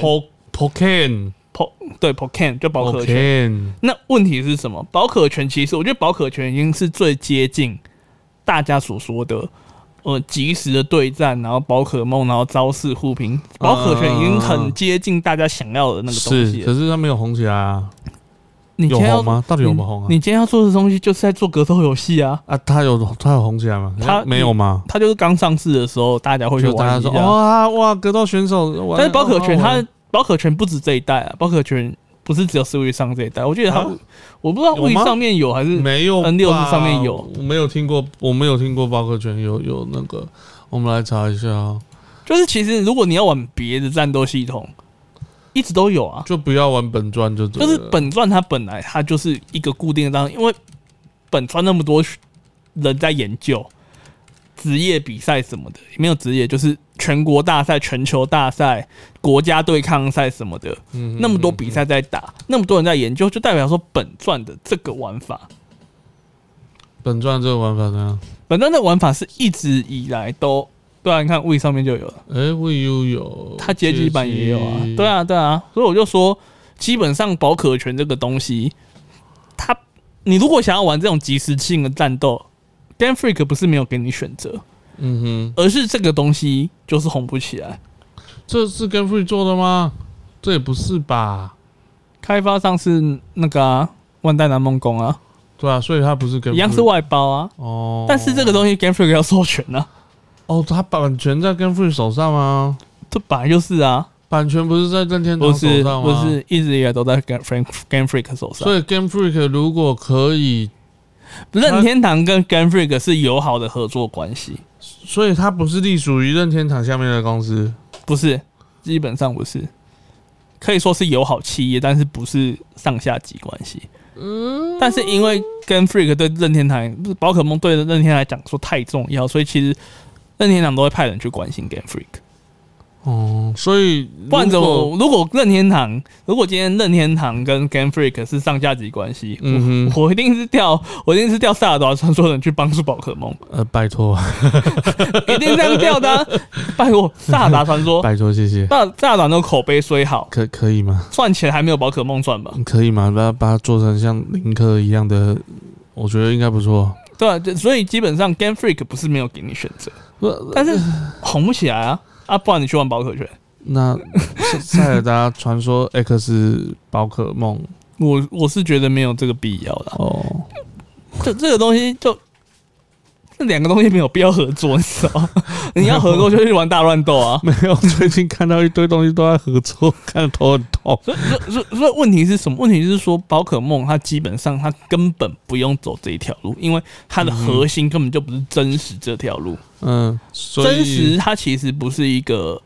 Pokken 对 Pokken 就宝可拳。那问题是什么？宝可拳其实我觉得宝可拳已经是最接近大家所说的。即时的对战，然后宝可梦，然后招式互拼，宝可拳已经很接近大家想要的那个东西了。 可是它没有红起来啊。 有红吗？到底有没有红啊？ 你今天要做的东西就是在做格斗游戏啊！ 它有红起来吗？它没有吗？ 它就是刚上市的时候，大家会去玩一下。 哇，格斗选手。 但是宝可拳宝可拳不止这一代啊，宝可拳不是只有Switch上这一代，我记得它，我不知道Wii上面有还是没有 N64上面有， 我没有听过宝可拳有那个，我们来查一下啊。 就是其实如果你要玩别的战斗系统，一直都有啊， 就不要玩本传就对了。 就是本传它本来它就是一个固定的章，因为本传那么多人在研究职业比赛什么的，没有职业就是全国大赛、全球大赛、国家对抗赛什么的，那么多比赛在打，那么多人在研究，就代表说本传的这个玩法， 本传这个玩法怎样？ 本传的玩法是一直以来都，对啊，你看 Wii 上面就有了 ，Wii U 有， 它街机版也有啊，对啊，所以我就说，基本上宝可拳这个东西，你如果想要玩这种即时性的战斗。Game Freak 不是没有给你选择，而是这个东西就是红不起来。 这是 Game Freak 做的吗？这也不是吧？ 开发商是那个万代南梦宫啊， 对啊，所以它不是 Game Freak 一样是外包啊。但是这个东西 Game Freak 要授权啊。 它版权在 Game Freak 手上吗？ 这本来就是啊。 版权不是在任天堂手上吗？ 不是，一直以来都在 Game Freak 手上。 所以 Game Freak 如果可以。 任天堂跟 Game Freak 是友好的合作关系， 所以它不是隶属于任天堂下面的公司， 不是，基本上不是，可以说是友好企业，但是不是上下级关系。但是因为 Game Freak 对任天堂，宝可梦对任天堂来讲说太重要，所以其实任天堂都会派人去关心 Game Freak。 所以不然怎么？如果今天任天堂跟 Game Freak 是上下级关系，我一定是调萨尔达传说人去帮助宝可梦。 拜托， 一定这样调的、啊。拜托，萨尔达传说， 拜托，谢谢。 萨尔达那口碑虽好， 可以吗？ 赚钱还没有宝可梦赚吧？ 可以吗？把它做成像林克一样的，我觉得应该不错。 对啊，所以基本上 Game Freak 不是没有给你选择，但是红不起来啊。不然你去玩宝可拳？那塞尔达传说 X 宝可梦， 我是觉得没有这个必要啦。这个东西就这两个东西没有必要合作，你知道吗？你要合作就去玩大乱斗啊！ 没有，最近看到一堆东西都在合作，看得头很痛。 所以问题是什么？问题是说宝可梦它基本上它根本不用走这一条路，因为它的核心根本就不是真实这条路。真实它其实不是一个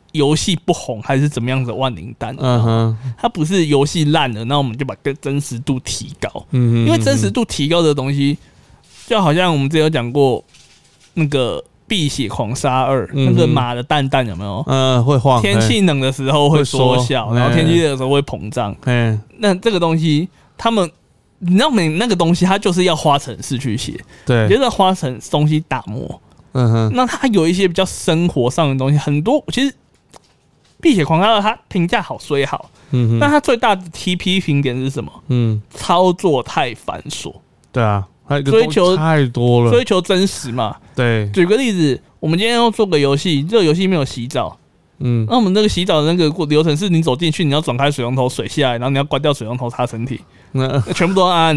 游戏不红还是怎么样的万灵丹，它不是游戏烂了，那我们就把真实度提高，因为真实度提高的东西，就好像我们之前有讲过那个。碧血狂杀2，那个马的蛋蛋有没有？ 会晃。 天气冷的时候会缩小，然后天气热的时候会膨胀。那这个东西，你知道没？那个东西它就是要花程式去写， 对， 就是花程东西打磨。那它有一些比较生活上的东西，很多其实碧血狂杀2它评价好虽好，但它最大的批评点是什么？操作太繁琐。 对啊。追求太多了， 追求真实嘛。 对， 举个例子，我们今天要做个游戏，这个游戏没有洗澡，那我们那个洗澡的那个流程是你走进去，你要转开水龙头，水下来，然后你要关掉水龙头擦身体，全部都按，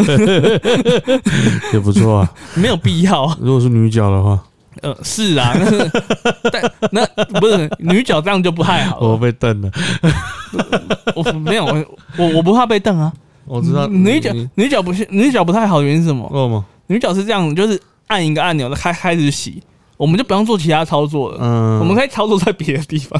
也不错啊， 没有必要。 如果是女角的话， 是啊，那不是女角这样就不太好了。 我被瞪了， 我没有，我不怕被瞪啊。 我知道女角不太好的原因是什么？ 为什么？ 女角是这样，就是按一个按钮，开始洗，我们就不用做其他操作了。我们可以操作在别的地方。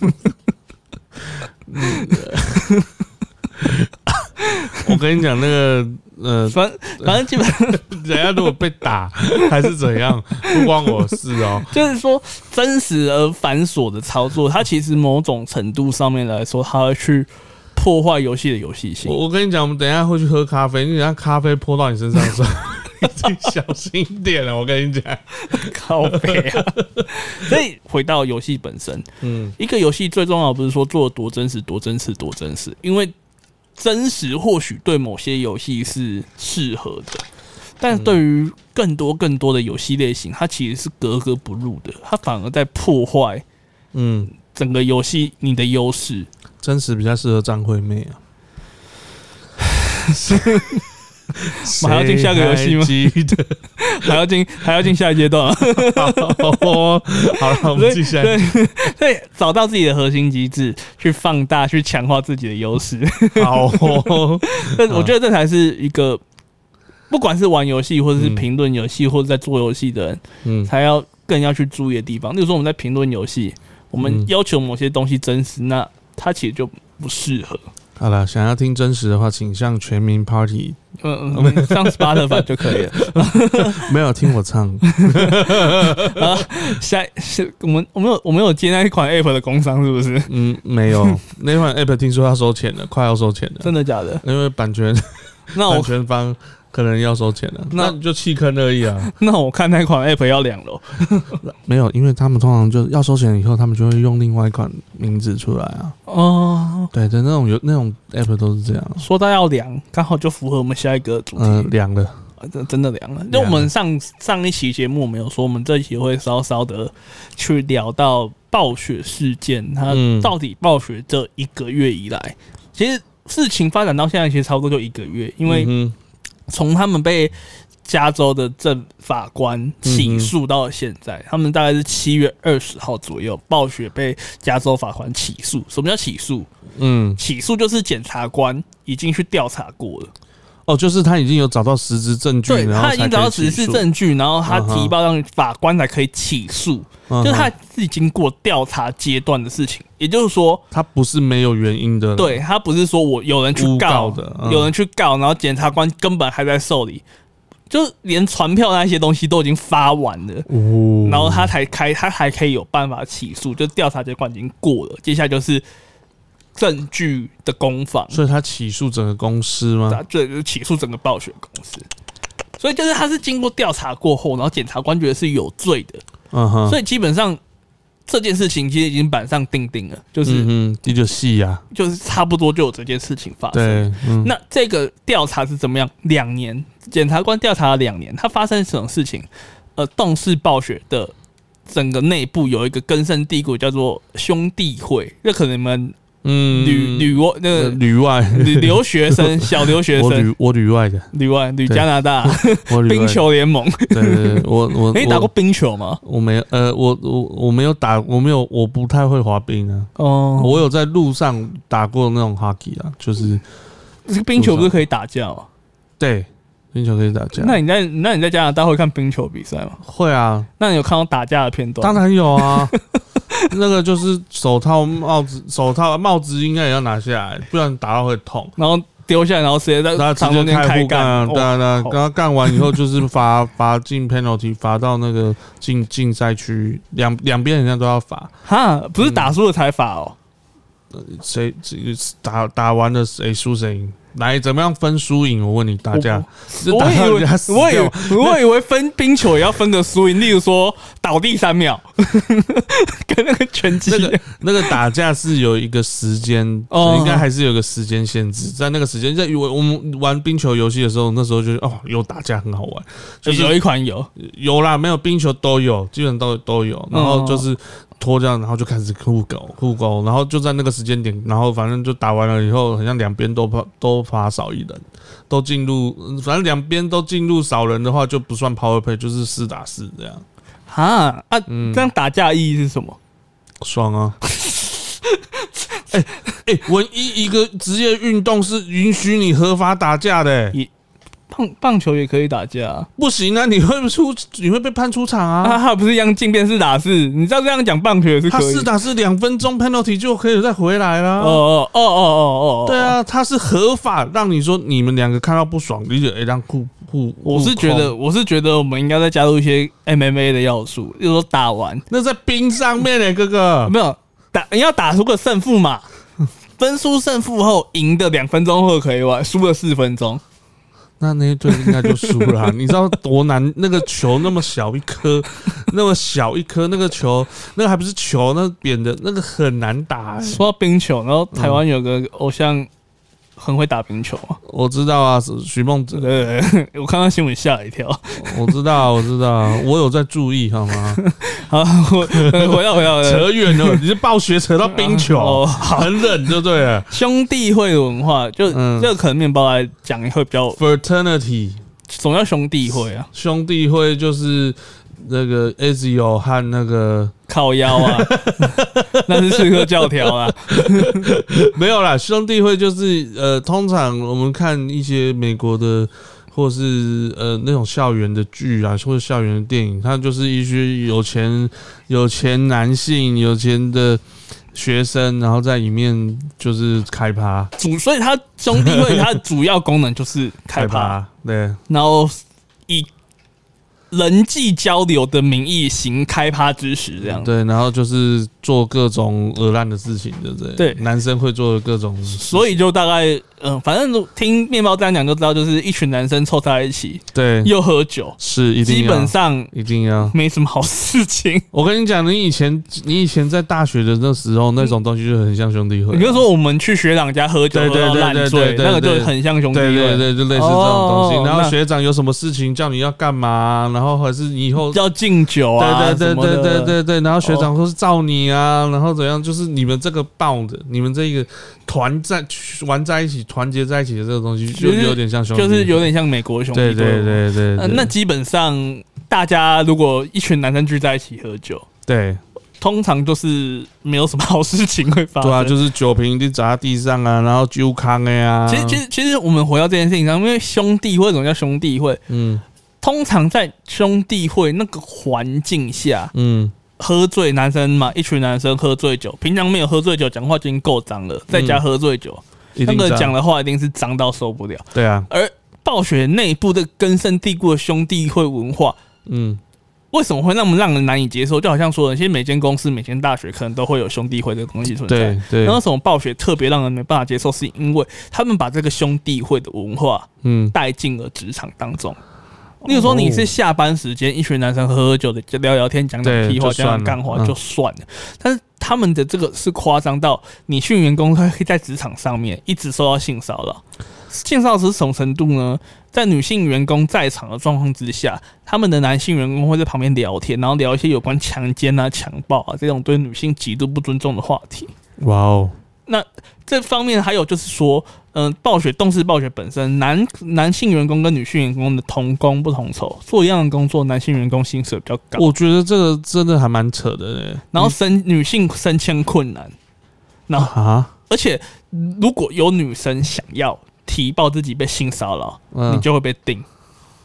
我跟你讲，那个反正基本上， 人家如果被打还是怎样，不关我事哦。 就是说，真实而繁琐的操作，它其实某种程度上面来说，它会去。破坏游戏的游戏性。 我跟你讲，我们等一下会去喝咖啡，你等一下咖啡泼到你身上的时候，你自己小心一点了。我跟你讲， 靠北啊！所以回到游戏本身，一个游戏最重要的不是说做多真实、多真实、多真实，因为真实或许对某些游戏是适合的，但对于更多的游戏类型，它其实是格格不入的，它反而在破坏，整个游戏你的优势。 真实比较适合张惠妹啊。 我还要进下个游戏吗？还要进下一阶段啊！ 好了，我们进下一阶。 对，找到自己的核心机制，去放大，去强化自己的优势。 好哦， 但我觉得这才是一个，不管是玩游戏，或者是评论游戏，或者在做游戏的人，才要更要去注意的地方。例如说，我们在评论游戏，我们要求某些东西真实，那它其实就不适合。 好了，想要听真实的话，请上全民 Party， 上 Spotify 就可以了。 没有听我唱。 我们有接那一款 App 的工商是不是？ 没有，那款 App 听说要收钱了，快要收钱了。 真的假的？ 因为版权方可能要收钱了，那你就弃坑而已啊。 那我看那款 App 要2楼。 没有，因为他们通常就要收钱以后，他们就会用另外一款名字出来啊。哦，对对，那种 App 都是这样。 说到要凉，刚好就符合我们下一个主题。 凉了， 真的凉了。就我们上一期节目，我们有说，我们这一期会稍稍的去聊到暴雪事件，它到底暴雪这1个月以来，其实事情发展到现在，其实差不多就1个月，因为从他们被加州的正法官起诉到现在，他们大概是7月20号左右，暴雪被加州法官起诉。什么叫起诉？起诉就是检察官已经去调查过了。哦， 就是他已经有找到实质证据， 对，他已经找到实质证据，然后他提报让法官才可以起诉，就是他自己经过调查阶段的事情。也就是说， 他不是没有原因的， 对，他不是说我有人去告的，有人去告，然后检察官根本还在受理，就是连传票那些东西都已经发完了，然后他还可以有办法起诉，就调查阶段已经过了，接下来就是证据的攻防。 所以他起诉整个公司吗？ 对，就是起诉整个暴雪公司。所以就是他是经过调查过后，然后检察官觉得是有罪的，所以基本上这件事情其实已经板上钉钉了，就是这就戏呀， 就是差不多就有这件事情发生。对，那这个调查是怎么样？2年，检察官调查了2年，他发生什么事情？动视暴雪的整个内部有一个根深蒂固叫做兄弟会，这可能你们旅外留学生小留学生， 我旅外的旅加拿大冰球联盟。 对，我你打过冰球吗？ 我没有，我没有打，我不太会滑冰啊。我有在路上打过那种 hockey 啊，就是这个冰球不是可以打架吗？ 对，冰球可以打架。 那你在加拿大会看冰球比赛吗？ 会啊。 那你有看到打架的片段？ 当然有啊。 那个就是手套、帽子应该也要拿下来，不然打到会痛。 然后丢下来，然后直接在场中间开干。 对啊，刚刚干完以后就是罚进 penalty， 罚到那个进赛区，两边人家都要罚。 哈，不是打输了才罚哦。 谁打完了谁输谁赢？来，怎么样分输赢？我问你，打架， 我以为分冰球也要分个输赢，例如说倒地3秒，跟那个拳击那个打架是有一个时间，应该还是有个时间限制，在那个时间，在我们玩冰球游戏的时候，那时候就有打架很好玩， 就是有一款有啦，没有冰球都有，基本都有，然后就是。拖这样，然后就开始互勾，然后就在那个时间点，然后反正就打完了以后，好像两边都罚少1人，都进入，反正两边都进入少人的话就不算 power play， 就是4打4这样。 哈啊，这样打架意义是什么？ 爽啊！唯一一个职业运动是允许你合法打架的。 棒球也可以打架， 不行啊！你会被判出场啊！ 他不是一样进变4打4，你知道这样讲棒球也是可以。 他4打42分钟 penalty 就可以再回来啦。对啊，他是合法让你说你们2个看到不爽，理解让互。我是觉得我们应该再加入一些 MMA 的要素，比如说打完那在冰上面嘞，哥哥没有你要打出个胜负嘛，分输胜负后赢的2分钟后可以玩，输了4分钟。 那一队应该就输了、啊。你知道多难？那个球那么小一颗，那个球，那个还不是球，那扁的，那个很难打、欸。 说到冰球，然后台湾有个偶像很会打冰球啊。 我知道啊，许梦哲。 对，我看到新闻吓了一跳。 我知道，我有在注意，好吗？ 好，回到扯远了，你是暴雪扯到冰球，很冷就对了。 兄弟会文化，就这个可能面包来讲会比较 fraternity。 什么叫兄弟会啊？ 兄弟会就是那个 Ezio 和那个靠腰啊，那是刺客教条啊。 没有啦，兄弟会就是通常我们看一些美国的。或是那种校园的剧啊，或者校园的电影，它就是一些有钱男性、有钱的学生，然后在里面就是开趴。 所以他兄弟会，它主要功能就是开趴， 对， 然后以人际交流的名义行开趴之实，这样对，然后就是做各种恶烂的事情，对不对？ 对， 男生会做的各种， 所以就大概反正听面包这样讲就知道，就是一群男生凑在一起， 对， 又喝酒， 是一定要， 基本上一定要， 没什么好事情。 我跟你讲，你以前在大学的那时候，那种东西就很像兄弟会。 你就说我们去学长家喝酒喝到烂醉，那个就很像兄弟会， 对，就类似这种东西。然后学长有什么事情叫你要干嘛，然后还是你以后要敬酒啊， 对，然后学长说是罩你啊，然后怎样，就是你们这个bond，你们这个玩在一起。团结在一起的这个东西，就有点像兄弟， 就是有点像美国兄弟。 对。 那基本上，大家如果一群男生聚在一起喝酒， 对， 通常就是没有什么好事情会发生。 对啊，就是酒瓶就砸在地上啊，然后揪康的呀。 其实我们回到这件事情上，因为兄弟会，为什么叫兄弟会？通常在兄弟会那个环境下，喝醉男生嘛，一群男生喝醉酒，平常没有喝醉酒，讲话就已经够脏了，在家喝醉酒。那个讲的话一定是脏到受不了。 对啊， 而暴雪内部的根深蒂固的兄弟会文化，为什么会那么让人难以接受？就好像说的，其实每间公司、每间大学可能都会有兄弟会这个东西存在。 对。 然后为什么暴雪特别让人没办法接受？是因为他们把这个兄弟会的文化，带进了职场当中。例如说，你是下班时间，一群男生喝酒的聊聊天、讲讲屁话、讲讲干话就算了，但是他们的这个是夸张到你训员工可以在职场上面一直受到性骚扰。性骚扰是什么程度呢？在女性员工在场的状况之下，他们的男性员工会在旁边聊天，然后聊一些有关强奸啊、强暴啊这种对女性极度不尊重的话题。 哇哦！ 那这方面还有就是说，动视暴雪本身男性员工跟女性员工的同工不同酬，做一样的工作，男性员工薪水比较高。 我觉得这个真的还蛮扯的嘞。 然后女性升迁困难，然后而且如果有女生想要提报自己被性骚扰，你就会被定。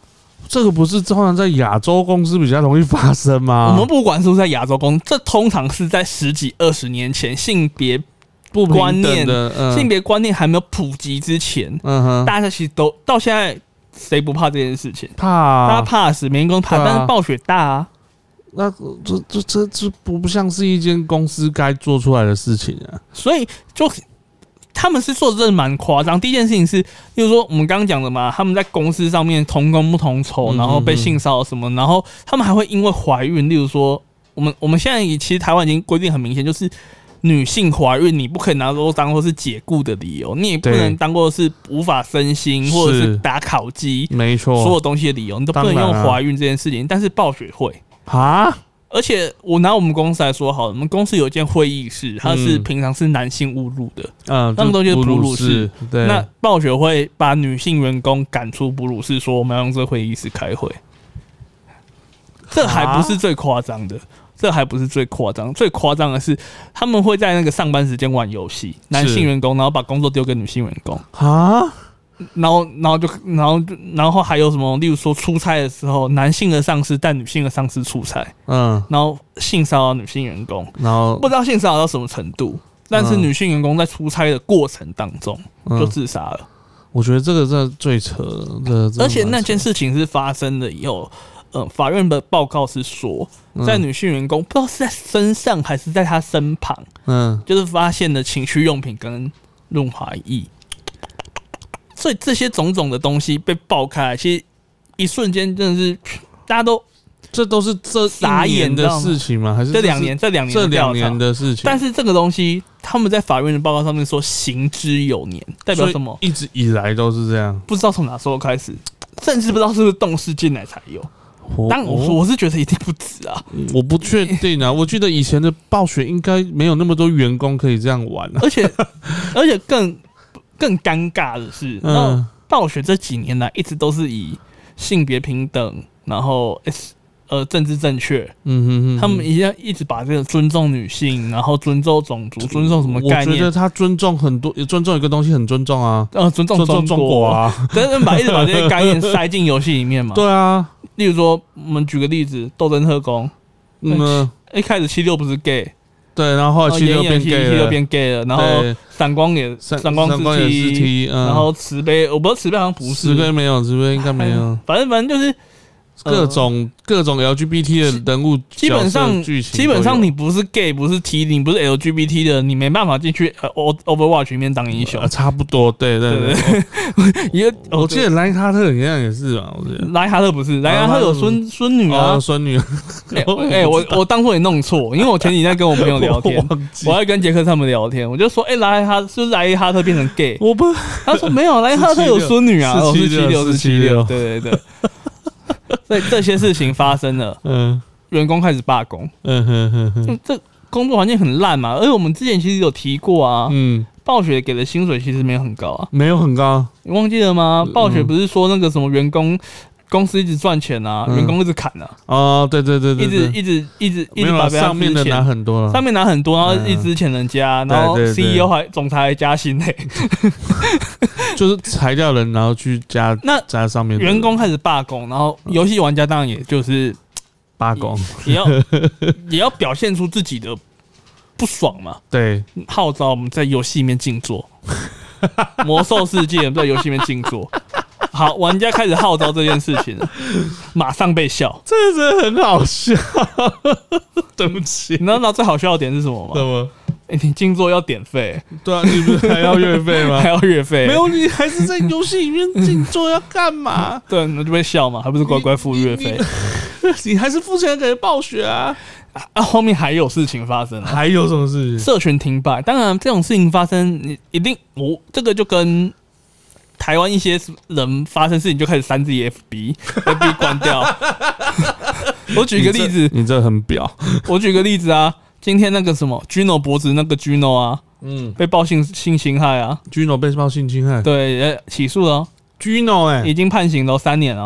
这个不是通常在亚洲公司比较容易发生吗？ 我们不管是不是在亚洲公司，这通常是在10几20年前性别不观念的、 性别观念还没有普及之前，大家其实都到现在谁不怕这件事情？ 怕， 大家怕死，每间公司怕，但是暴雪大啊。 那这不像是一间公司该做出来的事情啊！ 所以就他们是做的真的蛮夸张。第一件事情是，例如说我们刚刚讲的嘛，他们在公司上面同工不同酬，然后被性骚扰什么，然后他们还会因为怀孕，例如说我们现在其实台湾已经规定很明显，就是女性怀孕你不可以拿都当做是解雇的理由，你也不能当做是无法身心或者是打考绩， 没错， 所有东西的理由你都不能用怀孕这件事情。但是暴雪会。而且我拿我们公司来说好了，我们公司有一间会议室，它是平常是男性误入的，那么东西是哺乳室。那暴雪会把女性员工赶出哺乳室，说我们要用这会议室开会。这还不是最夸张的，最夸张的是他们会在那个上班时间玩游戏，男性员工，然后把工作丢给女性员工。然后还有什么？例如说出差的时候，男性的上司带女性的上司出差，然后性骚扰女性员工，然后不知道性骚扰到什么程度，但是女性员工在出差的过程当中就自杀了。 我觉得这个真的最扯了， 而且那件事情是发生了以后，法院的报告是说，在女性员工不知道是在身上还是在她身旁，就是发现了情趣用品跟润滑液。所以这些种种的东西被爆开来，其实一瞬间真的是大家都， 这都是这1年的事情吗？还是这2年的事情？ 但是这个东西他们在法院的报告上面说行之有年，代表什么？ 一直以来都是这样， 不知道从哪时候开始，甚至不知道是不是动视进来才有。但我是觉得一定不止啊， 我不确定啊。我记得以前的暴雪应该没有那么多员工可以这样玩啊， 而且更尴尬的是，暴雪这几年来一直都是以性别平等，然后政治正确，他们一直把这个尊重女性，然后尊重种族，尊重什么概念？ 我觉得他尊重很多，尊重一个东西很尊重啊， 尊重中国啊，但是一直把这些概念塞进游戏里面嘛。 对啊， 例如说，我们举个例子，《斗争特工》，一开始76不是 gay。 对，然后后来76 变 gay 了，然后闪光也是 T， 然后慈悲，我不知道慈悲好像不是， 慈悲没有，慈悲应该没有， 反正就是各种 LGBT 的人物， 基本上你不是 gay 不是 T， 你不是 LGBT 的，你没办法进去Overwatch 里面当英雄， 差不多，对。我记得莱因哈特好像也是吧，我记得莱因哈特不是，莱因哈特有孙女啊， 孙女。 我当初也弄错，因为我前几天跟我朋友聊天，我在跟杰克他们聊天，我就说，莱因哈特变成 gay， 他说没有，莱因哈特有孙女啊，是76，对。所以这些事情发生了，员工开始罢工，这工作环境很烂嘛，而且我们之前其实有提过啊，暴雪给的薪水其实没有很高啊， 没有很高， 你忘记了吗？暴雪不是说那个什么员工公司一直赚钱啊，员工一直砍啊， 哦，对， 一直把上面的拿很多， 上面拿很多，然后一直欠人家，然后 CEO 总裁还加薪嘞， 就是裁掉人，然后去加上面， 员工开始罢工，然后游戏玩家当然也就是罢工， 也要表现出自己的不爽嘛， 对， 号召我们在游戏里面静坐，魔兽世界在游戏里面静坐。好，玩家开始号召这件事情了，马上被笑， 这真的很好笑。对不起， 你知道最好笑的点是什么吗？ 什么？ 你静坐要点费， 对啊，你不是还要月费吗？ 还要月费？ 没有，你还是在游戏里面静坐要干嘛？ 对，那就被笑嘛，还不是乖乖付月费？ 你还是付钱给暴雪啊！ 后面还有事情发生， 还有什么事情？ 社群停摆。当然，这种事情发生，你一定这个就跟台湾一些人发生事情就开始删自己 FB 关掉。我举个例子， 你这很表。 我举个例子啊，今天那个什么 Gino 脖子那个 Gino 啊，被曝性侵害啊 ，Gino 被曝性侵害， 对，起诉了哦， Gino 已经判刑了3年了哦。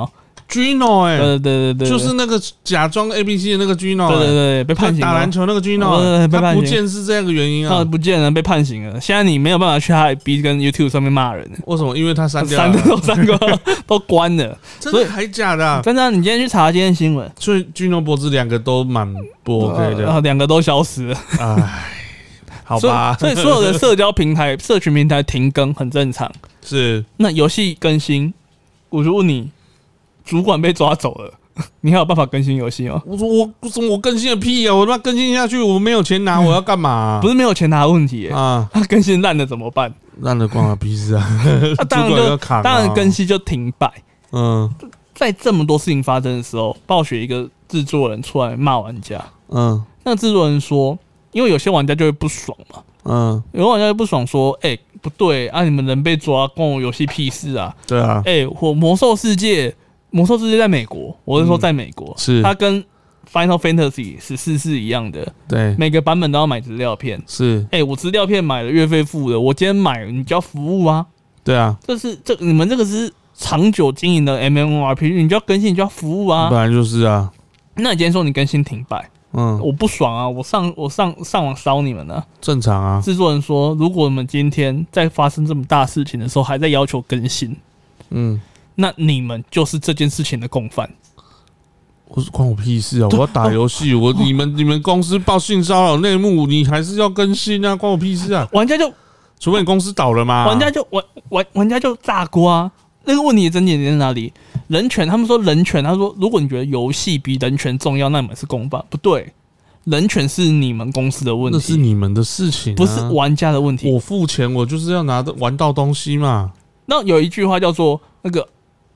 Gino 对， 就是那个假装 ABC 的那个 Gino， 对，被判刑了， 打篮球那个 Gino， 他不见是这样的原因啊， 他不见了，被判刑了。现在你没有办法去他 FB 跟 YouTube 上面骂人， 为什么？因为他删掉了， 三个都关了， 真的还假的？ 真的，你今天去查今天新闻， 所以 Gino 博智两个都蛮不 OK 的， 两个都消失了， 哎。好吧， 所以所有的社交平台、社群平台停更很正常。 是， 那游戏更新，我就问你，主管被抓走了，你还有办法更新游戏吗？ 我说我更新个屁啊！我他妈更新下去，我没有钱拿，我要干嘛啊？ 不是没有钱拿的问题啊，他更新烂了怎么办？ 烂了关我屁事啊！ 当然更新就停摆。在这么多事情发生的时候，暴雪一个制作人出来骂玩家。那制作人说。因为有些玩家就会不爽嘛，有些玩家就不爽说，不对啊，你们人被抓，关我游戏屁事啊！ 对啊， 我魔兽世界在美国，我是说在美国， 是它跟 Final Fantasy 14是一样的， 对， 每个版本都要买资料片， 是， 我资料片买了月费付的，我今天买你就要服务啊， 对啊， 你们这个是长久经营的 MMORPG， 你就要更新，你就要服务啊， 本来就是啊， 那你今天说你更新停摆？我不爽啊！我上网烧你们呢， 正常啊。 制作人说，如果我们今天在发生这么大事情的时候还在要求更新，那你们就是这件事情的共犯。 关我屁事啊！我要打游戏，你们公司报性骚扰内幕，你还是要更新啊！关我屁事啊！ 玩家就， 除非你公司倒了嘛， 玩家就炸锅啊！那个问题的症结点在哪里？人权，他们说人权，他说如果你觉得游戏比人权重要，那你们是共犯，不对，人权是你们公司的问题， 那是你们的事情， 不是玩家的问题。 我付钱，我就是要玩到东西嘛。 那有一句话叫做那个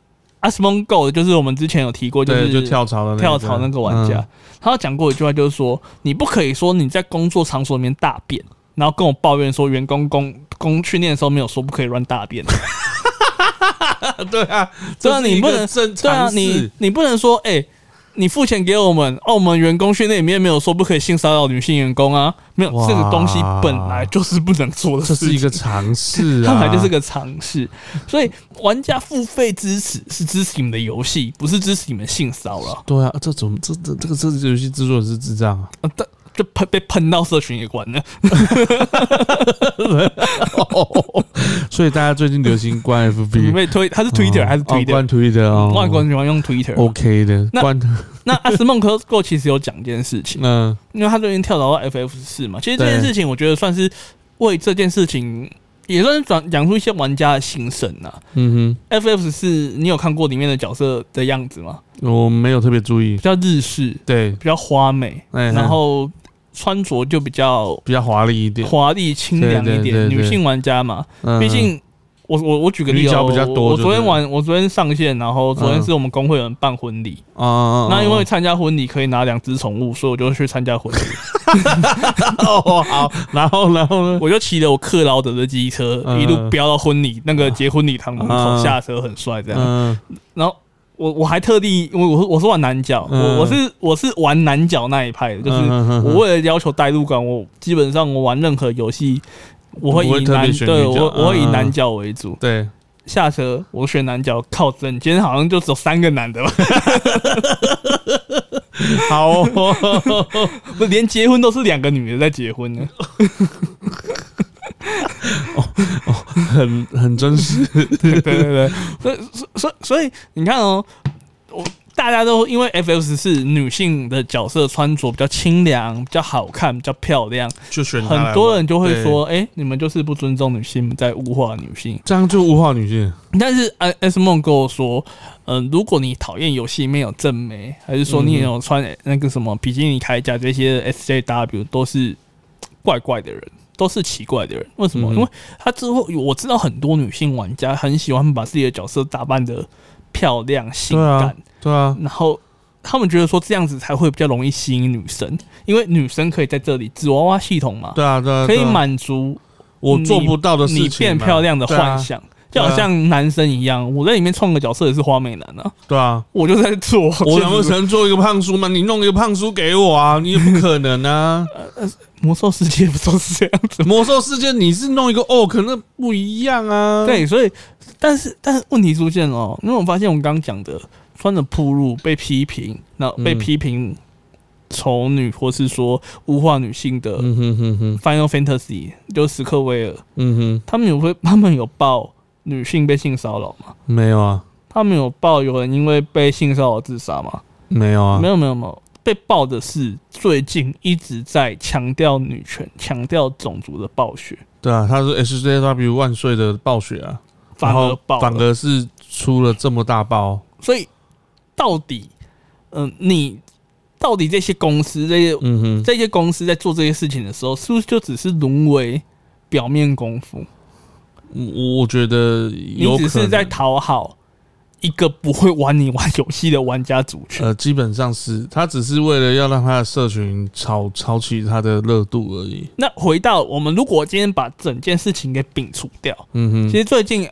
Asmongold， 就是我们之前有提过，就跳槽那个玩家，他讲过一句话，就是说你不可以说你在工作场所里面大便，然后跟我抱怨说员工训练的时候没有说不可以乱大便。 对啊， 你不能对啊，你不能说你付钱给我们我们员工训练里面没有说不可以性骚扰女性员工啊，没有，这个东西本来就是不能做的事情， 这是一个常识啊， 它本来就是个常识。所以玩家付费支持是支持你们的游戏，不是支持你们性骚扰。 对啊，这游戏制作人是智障啊！ 就被喷到社群也关了， 所以大家最近流行关 FB， 他是 Twitter 还是 Twitter？ 关 Twitter 哦， 外国人喜欢用 Twitter，OK 的。 那阿斯梦科其实有讲一件事情，因为他最近跳槽到 FF4嘛，其实这件事情我觉得算是为这件事情也算是讲出一些玩家的心声呐。FF4你有看过里面的角色的样子吗？ 我没有特别注意，比较日式， 对， 比较花美，然后穿着就比较华丽一点， 华丽清凉一点。女性玩家嘛，毕竟我举个例子， 比较多。 我昨天上线，然后昨天是我们工会有人办婚礼那因为参加婚礼可以拿2只宠物，所以我就去参加婚礼。 好，然后呢？ 我就骑了我克劳德的机车，一路飙到婚礼那个结婚礼堂门口，下车很帅这样。然后我还特地，我是玩男角，我是玩男角那一派的，就是我为了要求代入感，我基本上我玩任何游戏，我会以我会以男角为主。 对， 下车我选男角，靠真，今天好像就只有3个男的吧。 好哦， 连结婚都是2个女的在结婚呢。 很真实。 对，所以你看哦，大家都因为 FF14女性的角色穿着比较清凉、比较好看、比较漂亮， 就选很多人就会说，你们就是不尊重女性，在物化女性， 这样就物化女性。 但是 S 梦跟我说，如果你讨厌游戏里面有正妹，还是说你也有穿那个什么比基尼铠甲这些 SJW， 都是怪怪的人。都是奇怪的人，为什么？因为他之后我知道很多女性玩家很喜欢把自己的角色打扮得漂亮、性感， 对啊， 然后他们觉得说这样子才会比较容易吸引女生，因为女生可以在这里纸娃娃系统嘛， 对啊， 可以满足我做不到的事情， 你变漂亮的幻想。 就好像男生一样，我在里面创个角色也是花美男啊。 对啊， 我就在做。 我能不能做一个胖叔吗？你弄一个胖叔给我啊，你也不可能啊。 魔兽世界不都是这样子？ 魔兽世界你是弄一个可能不一样啊。 对，所以但是问题出现了，因为我发现我刚刚讲的穿着暴露被批评，然后被批评丑女或是说物化女性的 Final Fantasy 就是史克威尔，他们有报女性被性骚扰吗？ 没有啊。 他们有报有人因为被性骚扰自杀吗？ 没有啊。 没有。被爆的是最近一直在强调女权、强调种族的暴雪。对啊，他是 SJW 万岁的暴雪啊，反而是出了这么大包。 所以到底，你到底这些公司这些公司在做这些事情的时候，是不是就只是沦为表面功夫？ 我觉得有可能， 你只是在讨好一个不会玩你玩游戏的玩家族群。 基本上是他只是为了要让他的社群炒起他的热度而已。 那回到我们，如果今天把整件事情给摒除掉，其实最近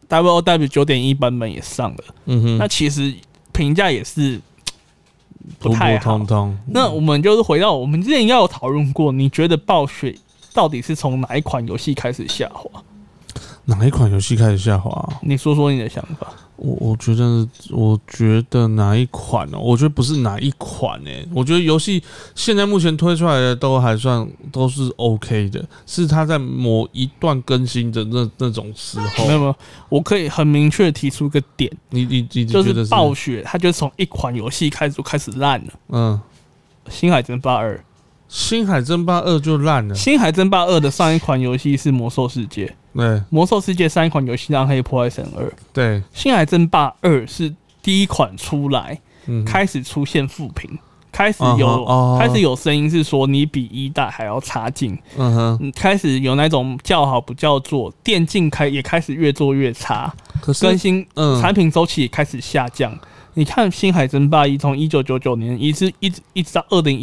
WOW 9.1 版本也上了，那其实评价也是不太好。那我们就是回到我们之前要有讨论过，你觉得暴雪到底是从哪一款游戏开始下滑？ 哪一款游戏开始下滑？ 你说说你的想法。 我觉得哪一款呢？我觉得不是哪一款我觉得游戏现在目前推出来的都还算都是 OK 的，是它在某一段更新的那种时候。 没有，我可以很明确提出一个点， 你就是暴雪，它就从一款游戏开始烂了。星海争霸2。 星海争霸2就烂了。 星海争霸2的上一款游戏是魔兽世界。 对， 魔兽世界上一款游戏《暗黑破坏神2》。 对， 星海争霸2是第一款出来，开始出现负评，开始有声音是说你比一代还要差劲，开始有那种叫好不叫座，电竞也开始越做越差，更新产品周期也开始下降。你看《星海争霸1》从1999年一直到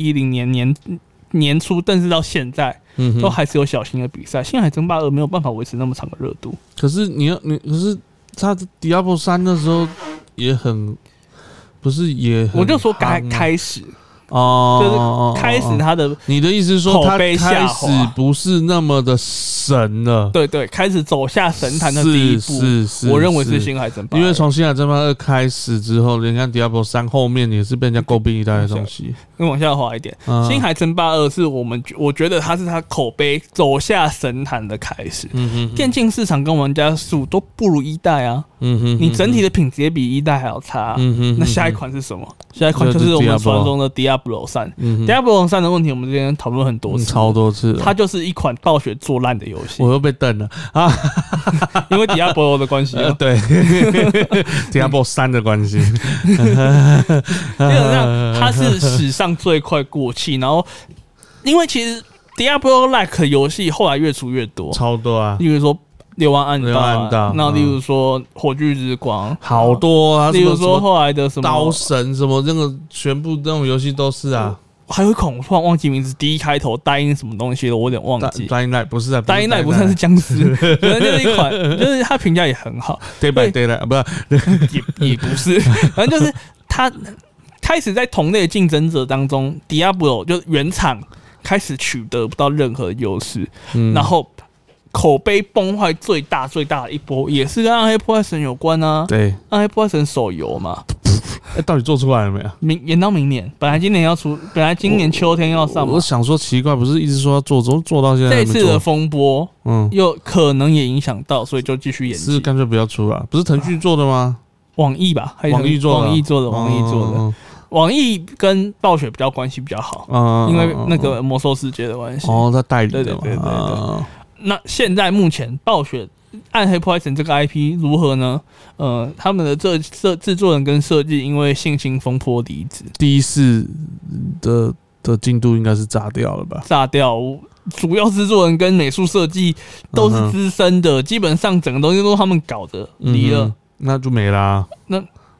2010年初，但是到现在都还是有小型的比赛。星海争霸2没有办法维持那么长的热度。可是可是他 Diablo 3那时候也很，不是也很， 我就说开始。就是开始他的， 你的意思是说他开始不是那么的神了？ 对，开始走下神坛的第一步。是，我认为是星海争霸2， 因为从星海争霸2开始之后，你看 Diablo 3后面也是被人家诟病一代的东西。 往下滑一点，星海争霸2是我觉得它是他口碑走下神坛的开始。电竞市场跟玩家数都不如一代啊。你整体的品质也比一代还要差。那下一款是什么？下一款就是我们传说中的 Diablo 3。Diablo 3的问题我们之前讨论很多次， 超多次。 它就是一款暴雪做烂的游戏。 我又被瞪了啊！ 因为 Diablo 的关系。 对，Diablo 3的关系。 基本上它是史上最快过气，然后因为其实 Diablo-like 游戏后来越出越多， 超多啊。 例如说流亡暗道，那例如说火炬之光， 好多啊。 例如说后来的什么刀神什么，那个全部那种游戏都是啊。 还有一款我突然忘记名字，D 开头Dying什么东西的，我有点忘记。 Dying Light 不是啊 ，Dying Light 不算是僵尸，可能就是一款，就是它评价也很好。 Day by Daylight 不是， 也不是，反正就是它开始在同类竞争者当中 ，Diablo 就原厂开始取得不到任何优势，然后口碑崩坏最大的一波，也是跟暗黑破坏神有关啊。 对， 暗黑破坏神手游嘛。 到底做出来了没有？ 延到明年，本来今年秋天要上嘛。 我想说奇怪，不是一直说要做到现在还没做。 这次的风波，又可能也影响到，所以就继续延期。 是干脆不要出了？不是腾讯做的吗？ 网易吧，还是网易做的。 网易跟暴雪比较关系比较好，因为那个魔兽世界的关系。 他代理的嘛。 对。那现在目前暴雪暗黑破坏神这个 IP 如何呢？他们的制作人跟设计因为信心风波离职。第 4的进度应该是炸掉了吧？ 炸掉，主要制作人跟美术设计都是资深的，基本上整个东西都是他们搞的，离了。 那就没啦。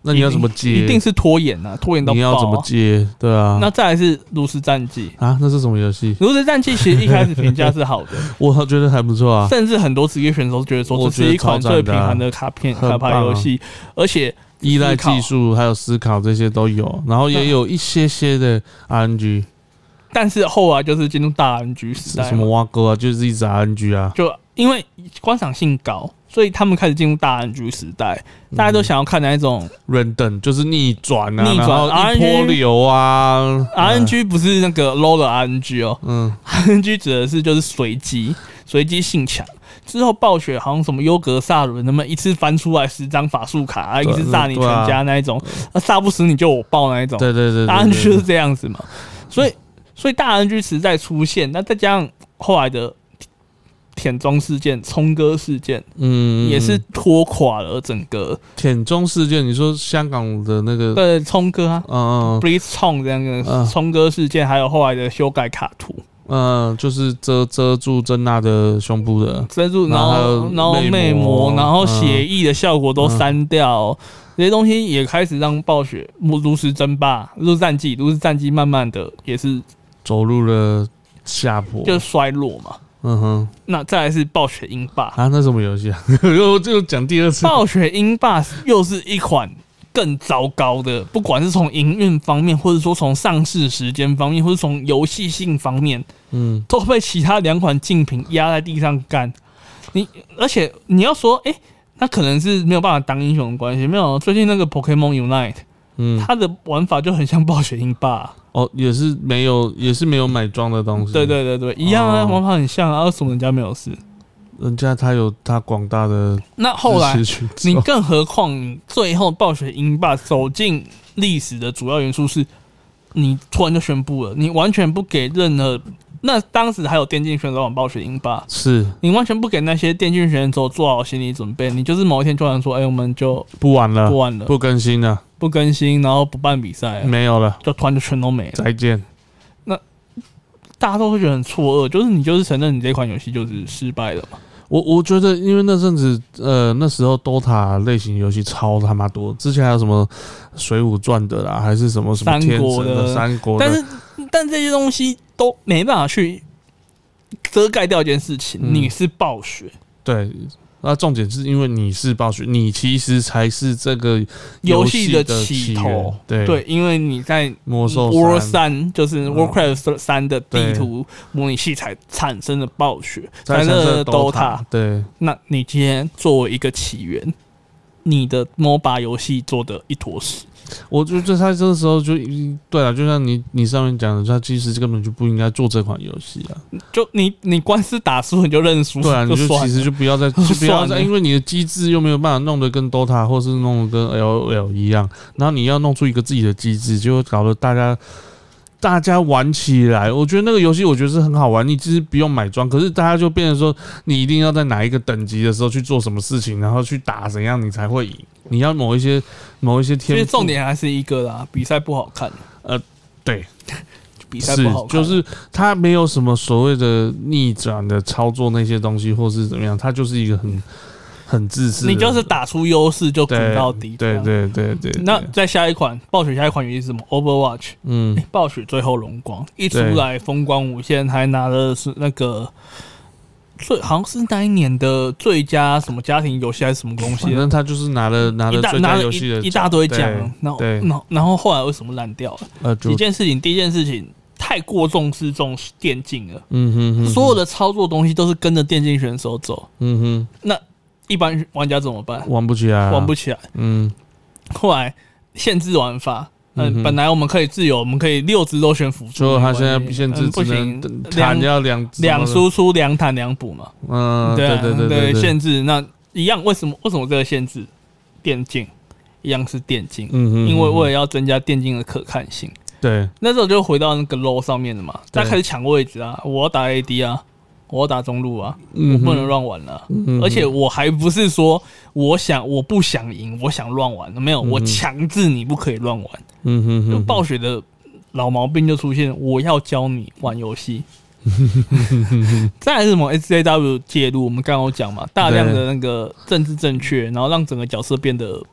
那你要怎么接？ 一定是拖延啊，拖延到爆啊。 你要怎么接？对啊。 那再来是炉石战记啊，那是什么游戏？ 炉石战记其实一开始评价是好的， 我觉得还不错啊。 甚至很多职业选手觉得说这是一款最平衡的卡牌游戏，而且依赖技术还有思考这些都有，然后也有一些的 RNG。 但是后来就是进入大 RNG 时代， 什么挖沟啊，就是一直 RNG 啊。 就因为观赏性高，所以他们开始进入大 RNG 时代，大家都想要看那种 random， 就是逆转啊，然后一波流啊。 RNG 不是那个 low 的 RNG 哦，RNG 指的是就是随机性强。之后暴雪好像什么优格萨伦，那么一次翻出来10张法术卡，一次炸你全家那一种，杀不死你就我爆那一种。 对 ，RNG 就是这样子嘛。所以大 RNG 时代出现，那再加上后来的舔中事件、冲哥事件，也是拖垮了整个舔中事件。你说香港的那个对冲哥啊，Blitz 冲这样的冲哥事件，还有后来的修改卡图。 就是遮住珍娜的胸部的， 遮住，然后魅魔，然后血液的效果都删掉，这些东西也开始让暴雪炉石争霸、炉石战记慢慢的也是走入了下坡， 就衰落嘛。那再来是暴雪英霸啊，那什么游戏啊？我就讲第二次， 暴雪英霸又是一款更糟糕的，不管是从营运方面，或者说从上市时间方面，或者从游戏性方面，都被其他2款竞品压在地上干。而且你要说，那可能是没有办法当英雄的关系，没有。最近那个 Pokémon Unite，它的玩法就很像暴雪英霸。 也是没有买装的东西。 对，一样啊，玩法很像啊，为什么人家没有事？ 人家他有他广大的， 那后来你更何况你最后暴雪英霸走进历史的主要元素是，你突然就宣布了，你完全不给任何，那当时还有电竞选手玩暴雪英霸， 是你完全不给那些电竞选手做好心理准备，你就是某一天突然说，我们就不玩了， 不更新了， 然后不办比赛， 没有了， 就突然就全都没了， 再见。 那大家都会觉得很错愕，就是你就是承认你这款游戏就是失败了嘛。 我觉得，因为那阵子，那时候 DOTA 类型游戏超他妈多，之前还有什么水浒传的啦，还是什么天神的、三国的， 但这些东西都没办法去遮盖掉一件事情，你是暴雪， 对。那重点是因为你是暴雪，你其实才是这个游戏的起头。 对， 因为你在魔兽 3就是 Warcraft 3的地图模拟器才产生了暴雪，才产生了 DOTA。 对， 那你今天作为一个起源，你的 MOBA 游戏做的一坨屎。 我觉得他这个时候就对了，就像你上面讲的，他其实根本就不应该做这款游戏啊。就你官司打输你就认输， 对啊，你就其实就不要再因为你的机制又没有办法弄得跟 DOTA 或是弄得跟 LOL 一样，然后你要弄出一个自己的机制，就会搞得大家玩起来，我觉得那个游戏我觉得是很好玩，你其实不用买装，可是大家就变成说你一定要在哪一个等级的时候去做什么事情，然后去打怎样你才会赢，你要某一些天赋。其实重点还是一个啦，比赛不好看。 对， 比赛不好看， 就是它没有什么所谓的逆转的操作那些东西，或是怎么样，它就是一个很自私的， 你就是打出优势就滚到底。 对。 那再下一款，暴雪下一款游戏是什么 ？Overwatch。暴雪最后荣光一出来，风光无限，还拿的是那个好像是那一年的最佳什么家庭游戏还是什么东西。 反正他就是拿了最佳游戏的一大堆奖。然后后来为什么烂掉了？第一件事情。太过重视这种电竞了。所有的操作东西都是跟着电竞选手走。那一般玩家怎么办？ 玩不起来。 后来限制玩法。本来我们可以自由，我们可以6只都选辅助。 就他现在限制不行，坦要 2输出2坦2补嘛。对，限制那一样。为什么这个限制？电竞一样是电竞，因为为了要增加电竞的可看性。对，那时候就回到那个 low 上面了嘛，大家开始抢位置啊，我要打 AD 啊，我要打中路啊，我不能乱玩了。而且我还不是说我不想赢，我想乱玩，没有，我强制你不可以乱玩。就暴雪的老毛病就出现，我要教你玩游戏。再来是什么 SJW 介入，我们刚刚有讲嘛，大量的那个政治正确，然后让整个角色变得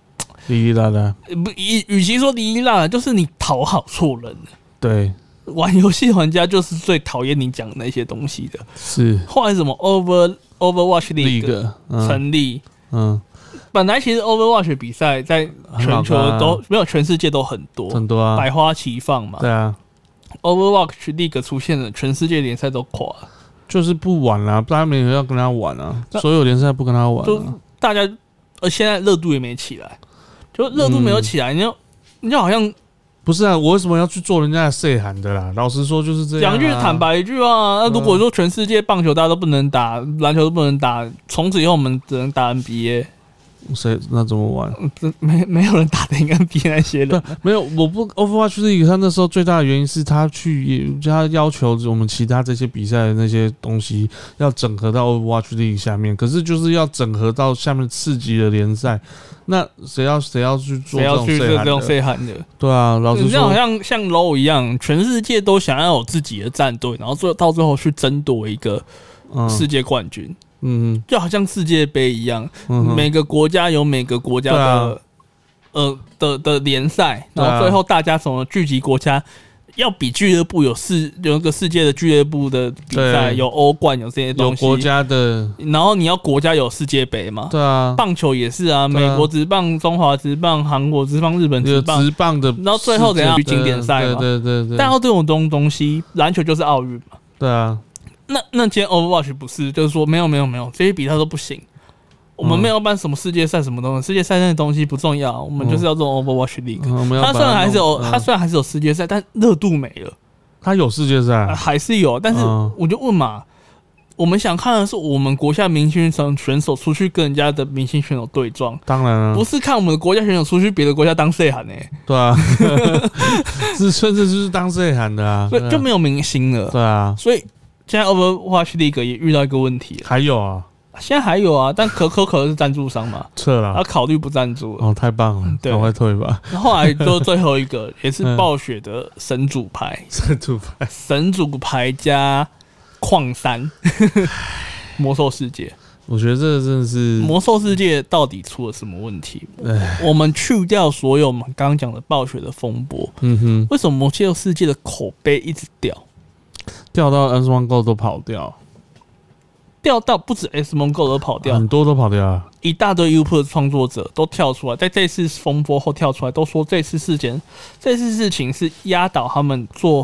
哩哩啦啦， 与其说哩哩啦啦，就是你讨好错人了。 对， 玩游戏玩家就是最讨厌你讲的那些东西的。 是后来什么 Overwatch League 成立，本来其实 Overwatch 比赛在全球都没有，全世界都很多啊，百花齐放嘛。 对啊 ，Overwatch League 出现了，全世界联赛都垮了， 就是不玩了，大家没人要跟他玩啊，所有联赛不跟他玩，就大家现在热度也没起来，就热度没有起来，你就好像不是啊，我为什么要去做人家的say喊的啦？老实说就是这样， 讲句坦白一句啊，那如果说全世界棒球大家都不能打，篮球都不能打，从此以后我们只能打 NBA。 那怎么玩？ 没有人打得赢 NBA 那些人。 对，没有，我不 Overwatch League 他那时候最大的原因是他要求我们其他这些比赛的那些东西要整合到 Overwatch League 下面，可是就是要整合到下面次级的联赛，那谁要去做这种 say 喊的？对啊，老实说，好像 LOL 一样，全世界都想要有自己的战队，然后到最后去争夺一个世界冠军。就好像世界杯一样，每个国家有每个国家的的联赛，然后最后大家什么聚集国家要比俱乐部有一个世界的俱乐部的比赛，有欧冠有这些东西， 有国家的， 然后你要国家有世界杯嘛？ 对啊， 棒球也是啊，美国职棒、中华职棒、韩国职棒、日本职棒， 职棒的， 然后最后怎样去经典赛嘛？ 对。 但要这种东西，篮球就是奥运嘛？ 对啊。 那今天 Overwatch 不是，就是说没有，这些比赛都不行。我们没有办什么世界赛什么东西，世界赛那些东西不重要，我们就是要做 Overwatch League。它虽然还是有世界赛，但热度没了。它有世界赛， 还是有，但是我就问嘛，我们想看的是我们国家明星选手出去跟人家的明星选手对撞， 当然了， 不是看我们的国家选手出去别的国家当谁喊呢？ 对啊，甚至就是当谁喊的啊， 所以就没有明星了。 对啊， 所以。现在 Overwatch League 也遇到一个问题， 还有啊， 现在还有啊，但可口是赞助商嘛， 撤了， 他考虑不赞助了。 哦，太棒了，赶快退吧。 后来就最后一个，也是暴雪的神主牌，神主牌加矿山，魔兽世界。 我觉得这真的是魔兽世界到底出了什么问题？我们去掉所有我们刚刚讲的暴雪的风波，为什么魔兽世界的口碑一直掉到 S1 Go 都跑掉到不止 S1 Go 都跑掉， 很多都跑掉了。 一大堆 YouTube 创作者都跳出来，在这次风波后跳出来，都说这次事情是压倒他们做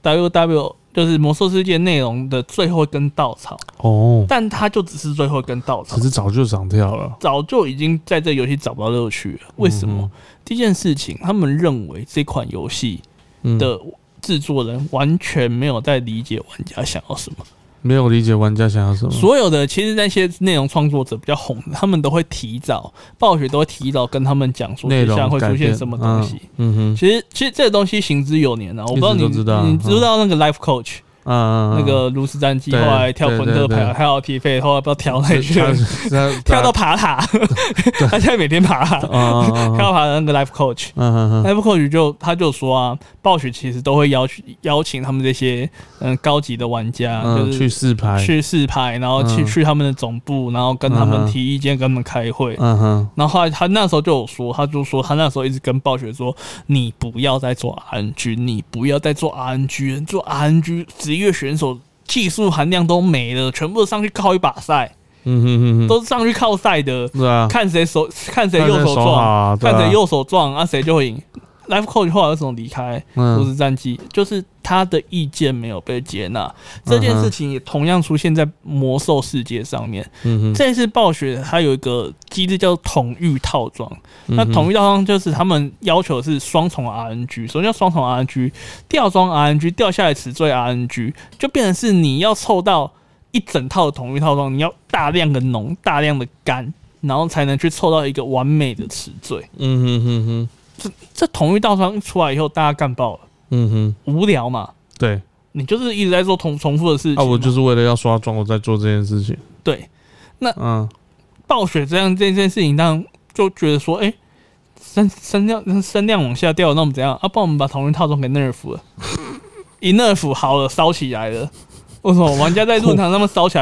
WW 就是魔兽世界内容的最后一根稻草。但它就只是最后一根稻草， 可是早就涨掉了， 早就已经在这游戏找不到乐趣了。为什么？第一件事情，他们认为这款游戏的制作人完全没有在理解玩家想要什么， 没有理解玩家想要什么。 所有的其实那些内容创作者比较红的，他们都会提早，暴雪都会提早跟他们讲说接下来会出现什么东西。其实这个东西行之有年了，我不知道你知道那个 Life Coach。那个炉石战记后来跳昆特牌，还有踢飞，后来不知道跳哪去，跳到爬塔，他现在每天爬塔，跳到爬那个 Life Coach，Life Coach 他就说啊，暴雪其实都会邀请他们这些高级的玩家，就是去试牌，然后去他们的总部，然后跟他们提意见，跟他们开会，然后后来他那时候就有说，他那时候一直跟暴雪说，你不要再做 RNG， 你不要再做 RNG， 做 RNG职业选手技术含量都没了，全部都上去靠一把赛，都是上去靠赛的，看谁右手撞，看谁右手撞啊，谁就会赢。Life Coach 后来为什么离开炉石战记？就是他的意见没有被接纳，这件事情也同样出现在魔兽世界上面。这一次暴雪它有一个机制叫统御套装，那统御套装就是他们要求是双重 RNG。什么叫双重 RNG？ 吊装 RNG， 掉下来齿缀 RNG， 就变成是你要凑到一整套的统御套装，你要大量的浓、大量的干，然后才能去凑到一个完美的齿缀。这统御套装出来以后，大家干爆了。无聊嘛？对，你就是一直在做重复的事情。我就是为了要刷装，我在做这件事情。对，那暴雪这件事情，当然就觉得说，声量往下掉，那我们怎样？不然我们把统御套装给 nerf 了，一 nerf 好了，烧起来了。为什么玩家在论坛上面烧起来？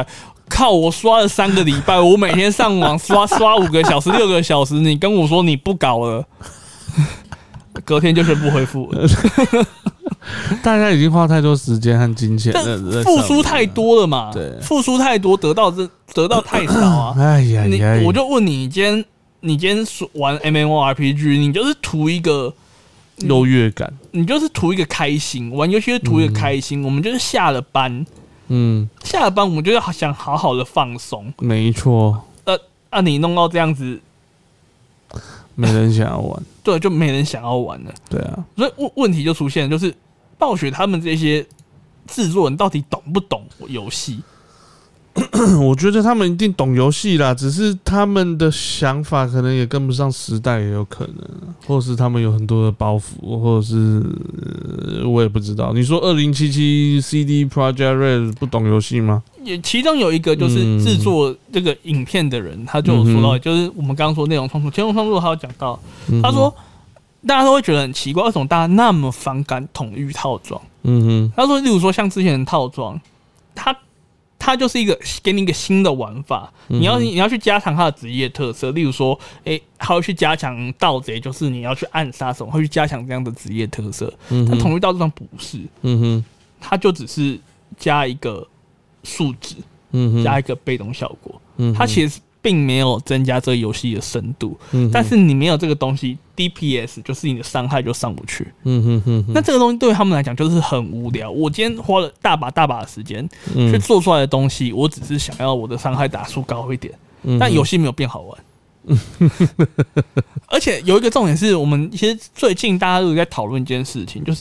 靠！我刷了3个礼拜，我每天上网刷5个小时、6个小时，你跟我说你不搞了，隔天就宣布恢复了。 大家已经花太多时间和金钱了， 付出太多了嘛？对，付出太多，得到太少啊！哎呀，我就问你，你今天玩 MMORPG， 你就是图一个优越感， 你就是图一个开心，玩游戏就图一个开心。我们就是下了班，下了班我们就要想好好的放松。 没错。 你弄到这样子， 没人想要玩。 对，就没人想要玩了。 对啊， 所以问题就出现了，就是暴雪他们这些制作人到底懂不懂游戏？ 我觉得他们一定懂游戏啦，只是他们的想法可能也跟不上时代，也有可能，或者是他们有很多的包袱，或者是我也不知道。你说2077 CD Projekt Red 不懂游戏吗？ 也其中有一个就是制作这个影片的人，他就有说到，就是我们刚刚说内容创作，内容创作他有讲到，他说大家都会觉得很奇怪，为什么大家那么反感统御套装？他说，例如说像之前的套装，它就是一个给你一个新的玩法，你要去加强它的职业特色，例如说，它会去加强盗贼，就是你要去暗杀什么，会去加强这样的职业特色。但统一道这张不是，它就只是加一个数值，加一个被动效果，它其实并没有增加这个游戏的深度。但是你没有这个东西 ，DPS 就是你的伤害就上不去。那这个东西对他们来讲就是很无聊。我今天花了大把的时间去做出来的东西，我只是想要我的伤害打数高一点，但游戏没有变好玩。而且有一个重点是我们其实最近大家都在讨论一件事情，就是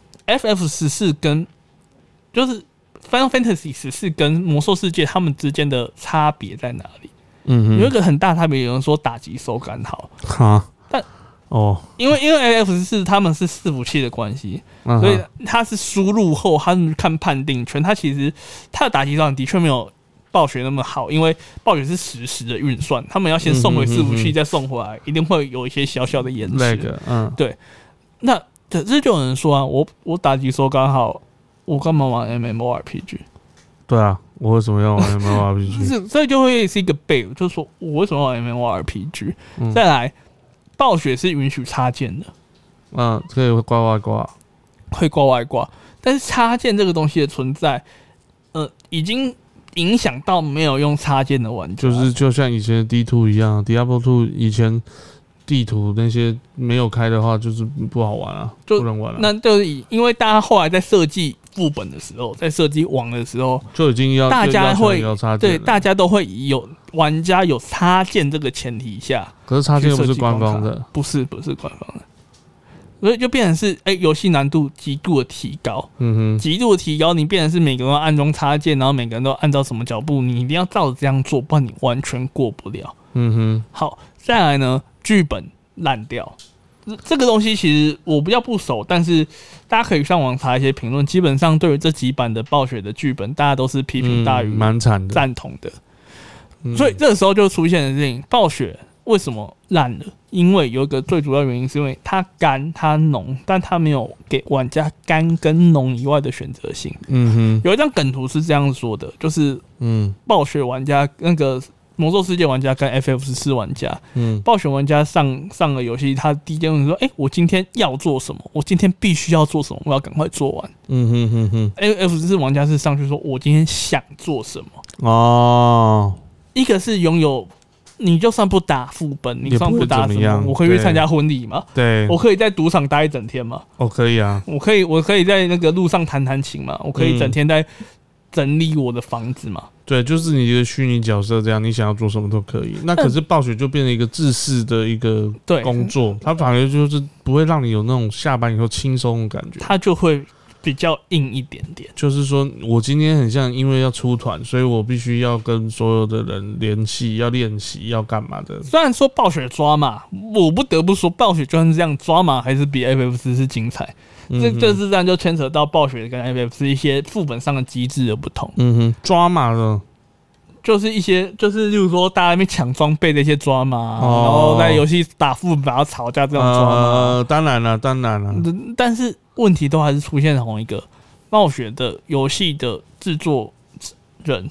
FF14跟就是 Final Fantasy 14跟魔兽世界他们之间的差别在哪里？有一个很大差别，有人说打击手感好，但因为 FF14 他们是伺服器的关系，所以它是输入后，他们看判定权，它其实它的打击手感的确没有暴雪那么好，因为暴雪是实时的运算，他们要先送回伺服器，再送回来，一定会有一些小小的延迟。对，那这就有人说啊，我打击手感好，我干嘛玩 MMORPG？ 对啊。我为什么要玩 MMORPG？ 所以就会是一个 bug， 就是说我为什么要玩 MMORPG？再来，暴雪是允许插件的， 可以挂外挂， 会挂外挂，但是插件这个东西的存在，已经影响到没有用插件的玩家， 就像以前的 D2 一样 ，Diablo 2以前地图那些没有开的话，就是不好玩啊，不能玩了。 那就是因为大家后来在设计副本的时候，在设计网的时候， 就已经要大家会对大家都会有玩家有插件这个前提下， 可是插件又不是官方的， 不是官方的，所以就变成是游戏难度极度的提高，极度的提高，你变成是每个人都安装插件，然后每个人都按照什么脚步，你一定要照着这样做，不然你完全过不了。好，再来呢，剧本烂掉。这个东西其实我比较不熟，但是大家可以上网查一些评论。基本上对于这几版的暴雪的剧本，大家都是批评大于蛮惨的赞同的。所以这个时候就出现的事情，暴雪为什么烂了？因为有一个最主要原因是因为它干它浓，但它没有给玩家干跟浓以外的选择性。有一张梗图是这样说的，就是暴雪玩家那个。魔兽世界玩家跟 FF14 玩家，暴雪玩家上了游戏，他第一件问题说：“我今天要做什么？我今天必须要做什么？我要赶快做完。”FF14 玩家是上去说：“我今天想做什么？”一个是拥有，你就算不打副本，你算不打什么，我可以去参加婚礼嘛？ 对， 我可以在赌场待一整天嘛？ 可以啊， 我可以在那个路上弹琴嘛？我可以整天在整理我的房子嘛？ 对，就是你一个虚拟角色这样，你想要做什么都可以。那可是暴雪就变成一个制式的一个工作，它反而就是不会让你有那种下班以后轻松的感觉， 它就会比较硬一点点。 就是说我今天很像，因为要出团，所以我必须要跟所有的人联系，要练习，要干嘛的。 虽然说暴雪抓马，我不得不说，暴雪就算是这样抓马，还是比 FF14 精彩。这自然就牵扯到暴雪跟 FF 一些副本上的机制的不同。 抓马的， 就是一些就是例如说大家在那边抢装备的一些抓马，然后在游戏打副本然后吵架这种抓马。 当然了。 但是问题都还是出现同一个，暴雪的游戏的制作人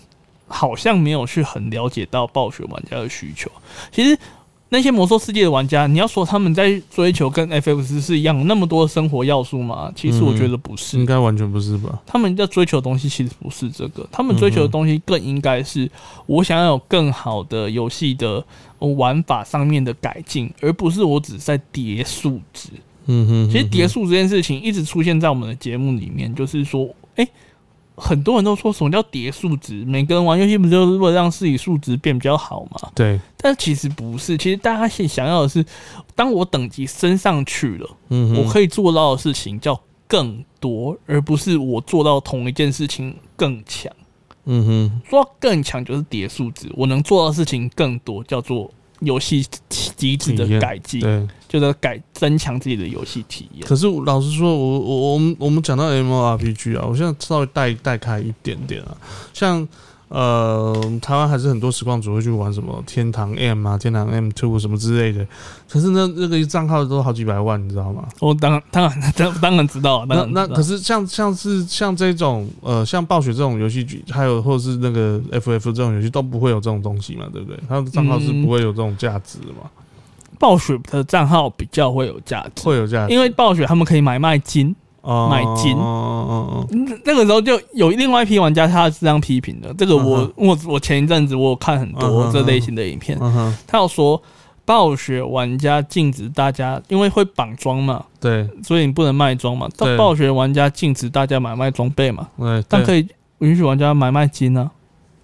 好像没有去很了解到暴雪玩家的需求。其实那些魔兽世界的玩家，你要说他们在追求跟 FF14 是一样那么多生活要素吗？其实我觉得不是， 应该完全不是吧？ 他们在追求的东西其实不是这个，他们追求的东西更应该是我想要有更好的游戏的玩法上面的改进，而不是我只在叠数值。其实叠数这件事情一直出现在我们的节目里面，就是说，很多人都说什么叫叠数值？每个人玩游戏不就是为了让自己数值变比较好吗？ 对， 但其实不是，其实大家想要的是，当我等级升上去了，我可以做到的事情叫更多，而不是我做到同一件事情更强。说到更强就是叠数值，我能做到的事情更多，叫做游戏机制的改进，对，就是增强自己的游戏体验。 可是老实说，我们讲到 MMORPG 啊，我现在稍微带开一点点啊，像台湾还是很多实况主会去玩什么天堂 M 啊、天堂 M2 什么之类的，可是那个账号都好几百万，你知道吗？ 我当然知道。 那可是像这种像暴雪这种游戏局，还有或者是那个 FF 这种游戏都不会有这种东西嘛，对不对？它的账号是不会有这种价值的嘛。 暴雪的账号比较会有价值，因为暴雪他们可以买卖金。买金，那个时候就有另外一批玩家他是这样批评的。这个我前一阵子我有看很多这类型的影片，他有说暴雪玩家禁止大家，因为会绑装嘛，对，所以你不能卖装嘛。但暴雪玩家禁止大家买卖装备嘛，但可以允许玩家买卖金啊。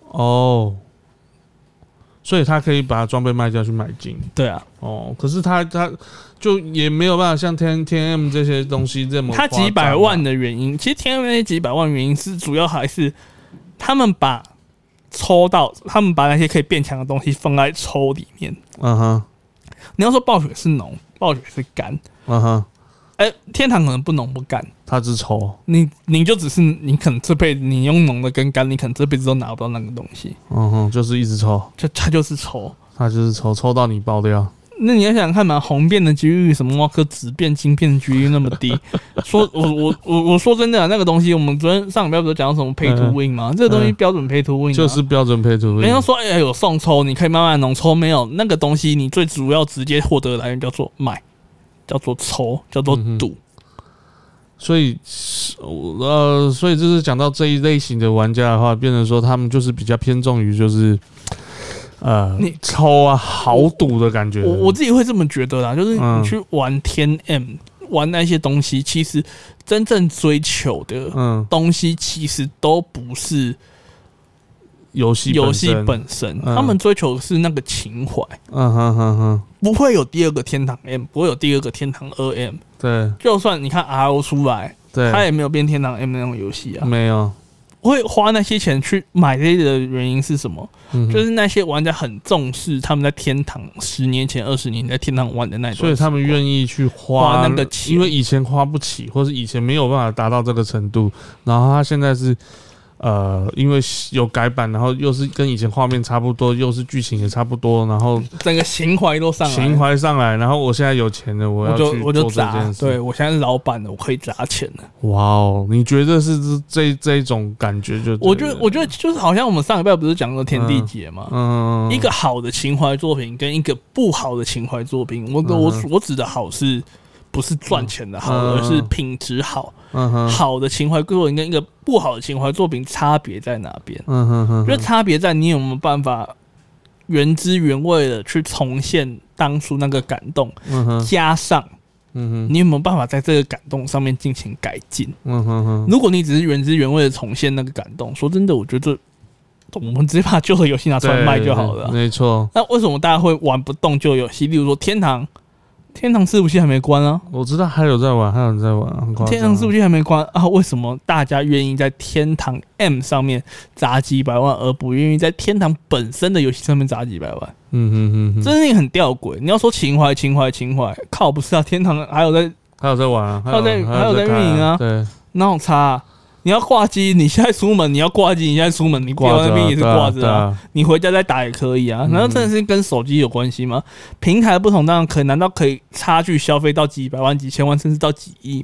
所以他可以把装备卖掉去买金。对啊。可是他就也没有办法像天 M 这些东西这么夸张。 他几百万的原因，其实天 M 那些几百万的原因是主要还是他们把那些可以变强的东西放在抽里面。你要说暴雪是浓，暴雪是干。天堂可能不浓不干， 它是抽。 你就只是你可能这辈子你用浓的跟干，你可能这辈子都拿不到那个东西。 就是一直抽， 它就是抽， 抽到你爆掉。 那你要想想看嘛，红变的几率什么跟紫变金变的几率那么低，我说真的、那个东西我们昨天上礼拜不是讲到什么 pay to win 吗？这个东西标准 pay to win， 就是标准 pay to win。 人家说有送抽，你可以慢慢浓抽，没有那个东西，你最主要直接获得的来源叫做买，叫做抽，叫做赌。 所以就是讲到这一类型的玩家的话，变成说他们就是比较偏重于就是你抽啊豪赌的感觉。我自己会这么觉得啦，就是你去玩天 M，玩那些东西，其实真正追求的东西其实都不是游戏本身，他们追求的是那个情怀。不会有第二个天堂 M， 不会有第二个天堂2M。对，就算你看 RO 出来，它也没有变天堂 M 那种游戏啊，没有。会花那些钱去买这些的原因是什么？就是那些玩家很重视他们在天堂10年前、20年在天堂玩的那种，所以他们愿意去花那个钱，因为以前花不起，或是以前没有办法达到这个程度，然后他现在是。因为有改版，然后又是跟以前画面差不多，又是剧情也差不多，然后整个情怀都上来，然后我现在有钱了，我要去做这件事。对，我现在是老板了，我可以砸钱了。哇哦，你觉得是这一种感觉就？我觉得就是好像我们上礼拜不是讲过天地劫吗？一个好的情怀作品跟一个不好的情怀作品，我指的好是。不是赚钱的好，而是品质好。好的情怀作品跟一个不好的情怀作品差别在哪边？就是差别在你有没有办法原汁原味的去重现当初那个感动，加上你有没有办法在这个感动上面进行改进？如果你只是原汁原味的重现那个感动，说真的，我觉得我们直接把旧的游戏拿出来卖就好了。没错。那为什么大家会玩不动旧游戏？例如说天堂伺服器还没关啊！我知道还有在玩，天堂伺服器还没关啊！为什么大家愿意在天堂 M 上面砸几百万，而不愿意在天堂本身的游戏上面砸几百万？这事情很吊诡。你要说情怀，靠，不是啊！天堂还有在玩啊，还有在运营啊，对，哪有差啊？你要挂机，你现在出门，你要挂机，你现在出门，你挂那边也是挂着啊。你回家再打也可以啊。难道真的是跟手机有关系吗？平台的不同当然可以，难道可以差距消费到几百万、几千万，甚至到几亿吗？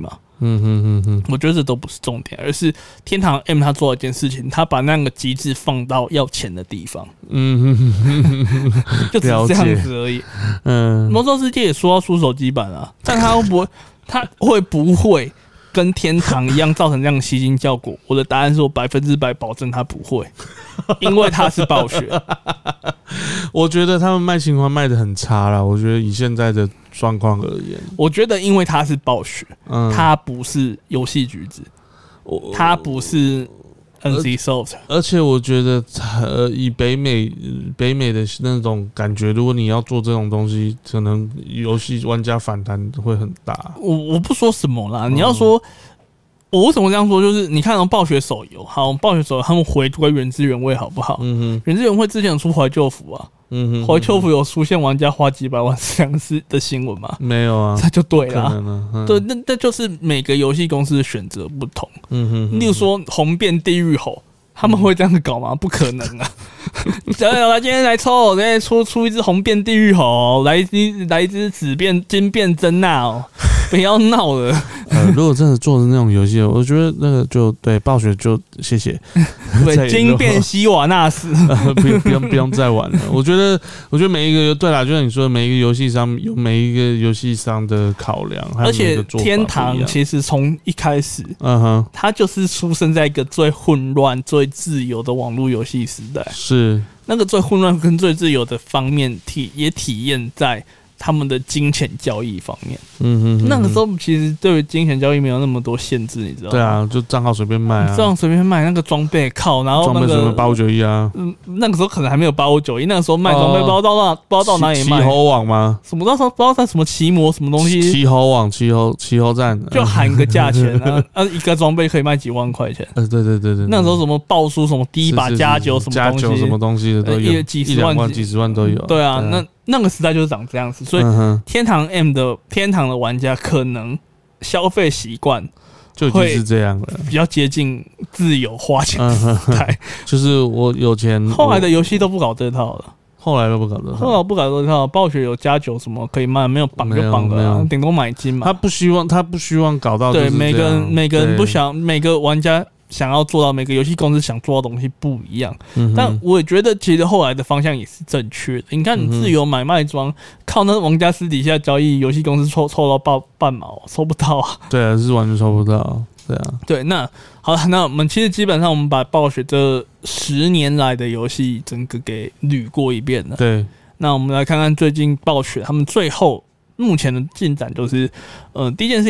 我觉得这都不是重点，而是天堂 M 他做了一件事情，他把那个机制放到要钱的地方，就只是这样子而已。魔兽世界也说要出手机版啊，但他会不会跟天堂一样造成这样的吸金效果？我的答案是我100%保证他不会，因为他是暴雪。 我觉得他们卖情怀卖得很差啦，我觉得以现在的状况而言， 我觉得因为他是暴雪，他不是游戏橘子，他不是 NCSoft， 而且我觉得以北美的那种感觉，如果你要做这种东西，可能游戏玩家反弹会很大。 我不说什么啦，你要说。我为什么这样说？就是你看暴雪手游，好，暴雪手游他们回归原汁原味，好不好？原汁原味之前有出怀旧服啊，怀旧服有出现玩家花几百万相似的新闻吗？ 没有啊， 那就对了。对，那就是每个游戏公司的选择不同。例如说红遍地狱吼，他们会这样子搞吗？不可能啊！来，今天来抽，今天出一只红遍地狱吼，来一只紫变金变真娜哦，不要闹了。 如果真的做的那种游戏，我觉得那个就对暴雪就谢谢。 对，金变希瓦纳斯， 不用再玩了。我觉得每一个对啦，就像你说的，每一个游戏商有每一个游戏商的考量， 而且天堂其实从一开始，它就是出生在一个最混乱、最自由的网络游戏时代。 是那个最混乱跟最自由的方面也体验在他们的金钱交易方面。那个时候其实对于金钱交易没有那么多限制，你知道吗？对啊，就账号随便卖啊， 账号随便卖，那个装备靠，然后那个 8591啊， 那个时候可能还没有8591，那个时候卖装备不知道到哪里卖。 奇猴网吗？ 什么那时候不知道它什么奇魔什么东西？ 奇猴网、奇猴站， 就喊个价钱啊，一个装备可以卖几万块钱。 对。 那时候什么爆出什么第一把加9什么东西的都有， 几十万都有。 对啊，那个时代就是长这样子，所以天堂 M 的天堂的玩家可能消费习惯就已经是这样了， 比较接近自由花钱的时代。 就是我有钱， 后来的游戏都不搞这套了。 后来都不搞这套， 暴雪有加9什么可以卖，没有绑就绑了，顶多买金嘛。 他不希望搞到对每个人不想，每个玩家想要做到，每个游戏公司想做到的东西不一样。但我也觉得其实后来的方向也是正确的。你看，你自由买卖装，靠那玩家私底下交易，游戏公司抽到半毛，抽不到啊。 对啊，是完全抽不到。对啊， 对，那好了，那我们其实基本上我们把暴雪这10年来的游戏整个给捋过一遍了。 对， 那我们来看看最近暴雪他们最后目前的进展，就是第一件事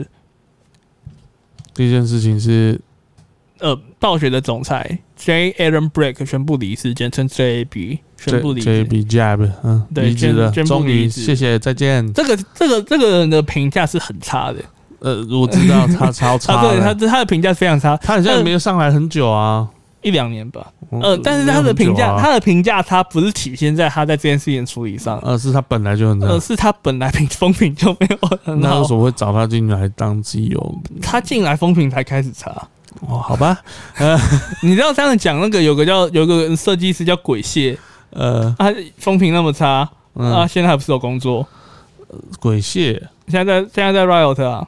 情是，暴雪的总裁 J. Allen Brack 宣布离世，简称 JAB， 宣布离职。 JAB Jab， 对， 离职了，终于谢谢，再见。 这个人的评价是很差的。 我知道他超差的， 他的评价非常差， 他好像没有上来很久啊 ，1-2年吧。但是他的评价差不是体现在他在这件事情处理上， 是他本来就很差， 是他本来风评就没有很好。 那为什么会找他进来当CEO？ 他进来风评才开始差。 好吧。 你知道这样讲，那个有个设计师叫鬼蟹，他风评那么差，现在还不是有工作？ 鬼蟹。 现在在 Riot 啊，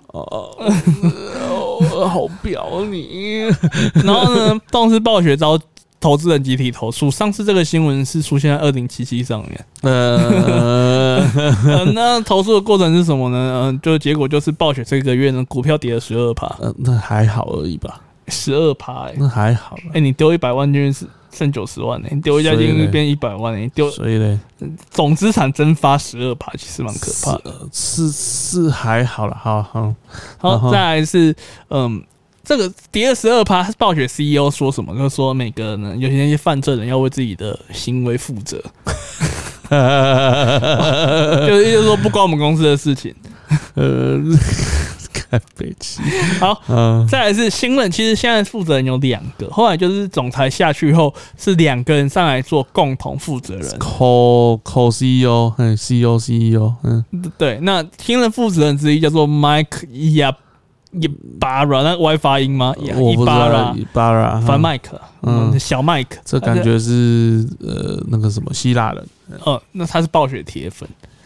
好表你。 然后呢，动视暴雪遭投资人集体投诉，上次这个新闻是出现在2077上面。那投诉的过程是什么呢？就结果就是暴雪这个月呢股票跌了12%。 那还好而已吧。 12%， 那还好。 你丢100万进去剩90万，你丢一家进去变100万，你丢， 所以嘞， 总资产蒸发12%，其实蛮可怕的。 是还好了， 好，再来是这个跌了12%，暴雪 CEO 说什么？就是说每个人有些犯罪人要为自己的行为负责，就是意思说不关我们公司的事情。好，再来是新任，其实现在负责人有2个，后来就是总裁下去后是2个人上来做共同负责人 ，co CEO，CEO， 对，那新任负责人之一叫做 Mike Ybarra， 那 Y 发音吗？ 我不知道 Ybarra， 反麦克，小麦克， 这感觉是那个什么希腊人， 那他是暴雪铁粉。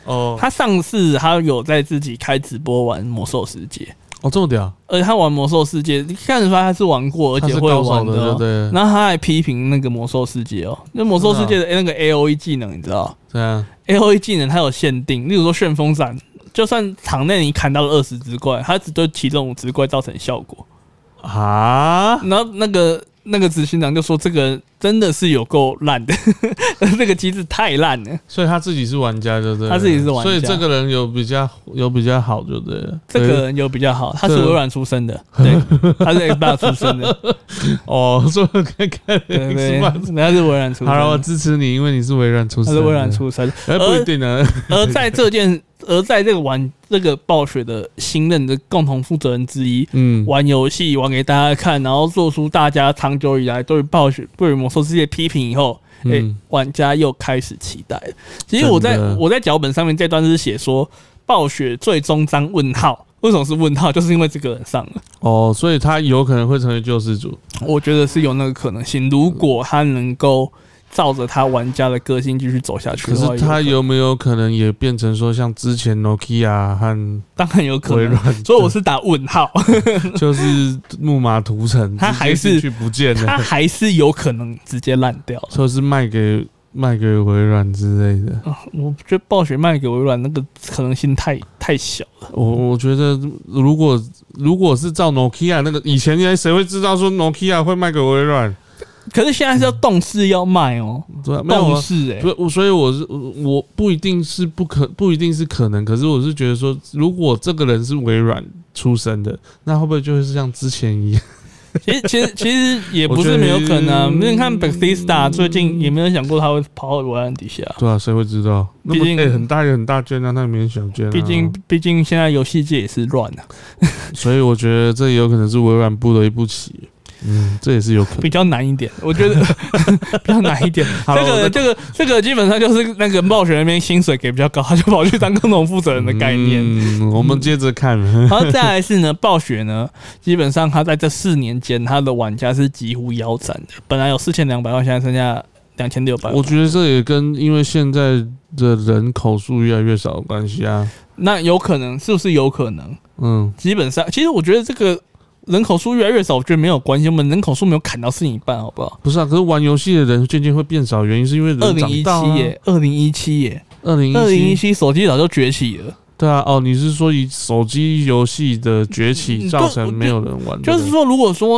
哦，他上次他有在自己开直播玩魔兽世界。 哦，这么屌！ 而且他玩魔兽世界，你看得出来他是玩过，而且会玩的、哦。 对。 然后他还批评那个魔兽世界哦，那魔兽世界的那个 AOE 技能，你知道？ 对啊。 AOE 技能它有限定，例如说旋风斩，就算场内你砍到了20只怪，它只对其中5只怪造成效果。啊！然后那个执行长就说这个真的是有够烂的，这个机制太烂了。 所以他自己是玩家，对不对？ 他自己是玩家， 所以这个人有比较好，就对了。 这个人有比较好，他是微软出身的，对，他是 Xbox 出身的。 哦，说看看 Xbox， 他是微软出身。 好了，我支持你，因为你是微软出身。 他是微软出身， 不一定呢。 而在这个暴雪的新任的共同负责人之一，玩游戏玩给大家看，然后做出大家长久以来对于暴雪对于魔兽世界批评以后，玩家又开始期待了。其实我在脚本上面这段是写说暴雪最终章问号，为什么是问号？就是因为这个人上了哦，所以他有可能会成为救世主。 我觉得是有那个可能性，如果他能够照着他玩家的个性继续走下去的话， 可是他有没有可能也变成说像之前 Nokia 和当然有可能，所以我是打问号， 就是木马屠城， 他还是不见了， 他还是有可能直接烂掉， 说是卖给微软之类的。 我觉得暴雪卖给微软那个可能性太小了。 我觉得如果是照 Nokia 那个以前谁会知道说 Nokia 会卖给微软？ 可是现在是要动视要卖哦，动视所以我不一定是可能，可是我是觉得说，如果这个人是微软出身的，那会不会就会是像之前一样？ 其实也不是没有可能。你看 Bethesda 最近也没有想过他会跑到微软底下。 对啊，谁会知道？毕竟很大间啊，那没人小间啊。 毕竟现在游戏界也是乱的， 所以我觉得这也有可能是微软步的一步棋。这也是有可能， 比较难一点，我觉得比较难一点。这个基本上就是那个暴雪那边薪水给比较高，他就跑去当共同负责人的概念。 我们接着看。 然后再来是呢，暴雪呢，基本上他在这4年间，他的玩家是几乎腰斩的，本来有4200万，现在剩下2600万。 我觉得这也跟因为现在的人口数越来越少有关系啊。 那有可能，是不是有可能？基本上，其实我觉得这个人口数越来越少，我觉得没有关系。我们人口数没有砍到剩一半，好不好？ 不是啊，可是玩游戏的人渐渐会变少，原因是因为人长大啊。 2017耶，2017手机早就崛起了。 对啊，哦，你是说以手机游戏的崛起造成没有人玩？ 就是说，如果说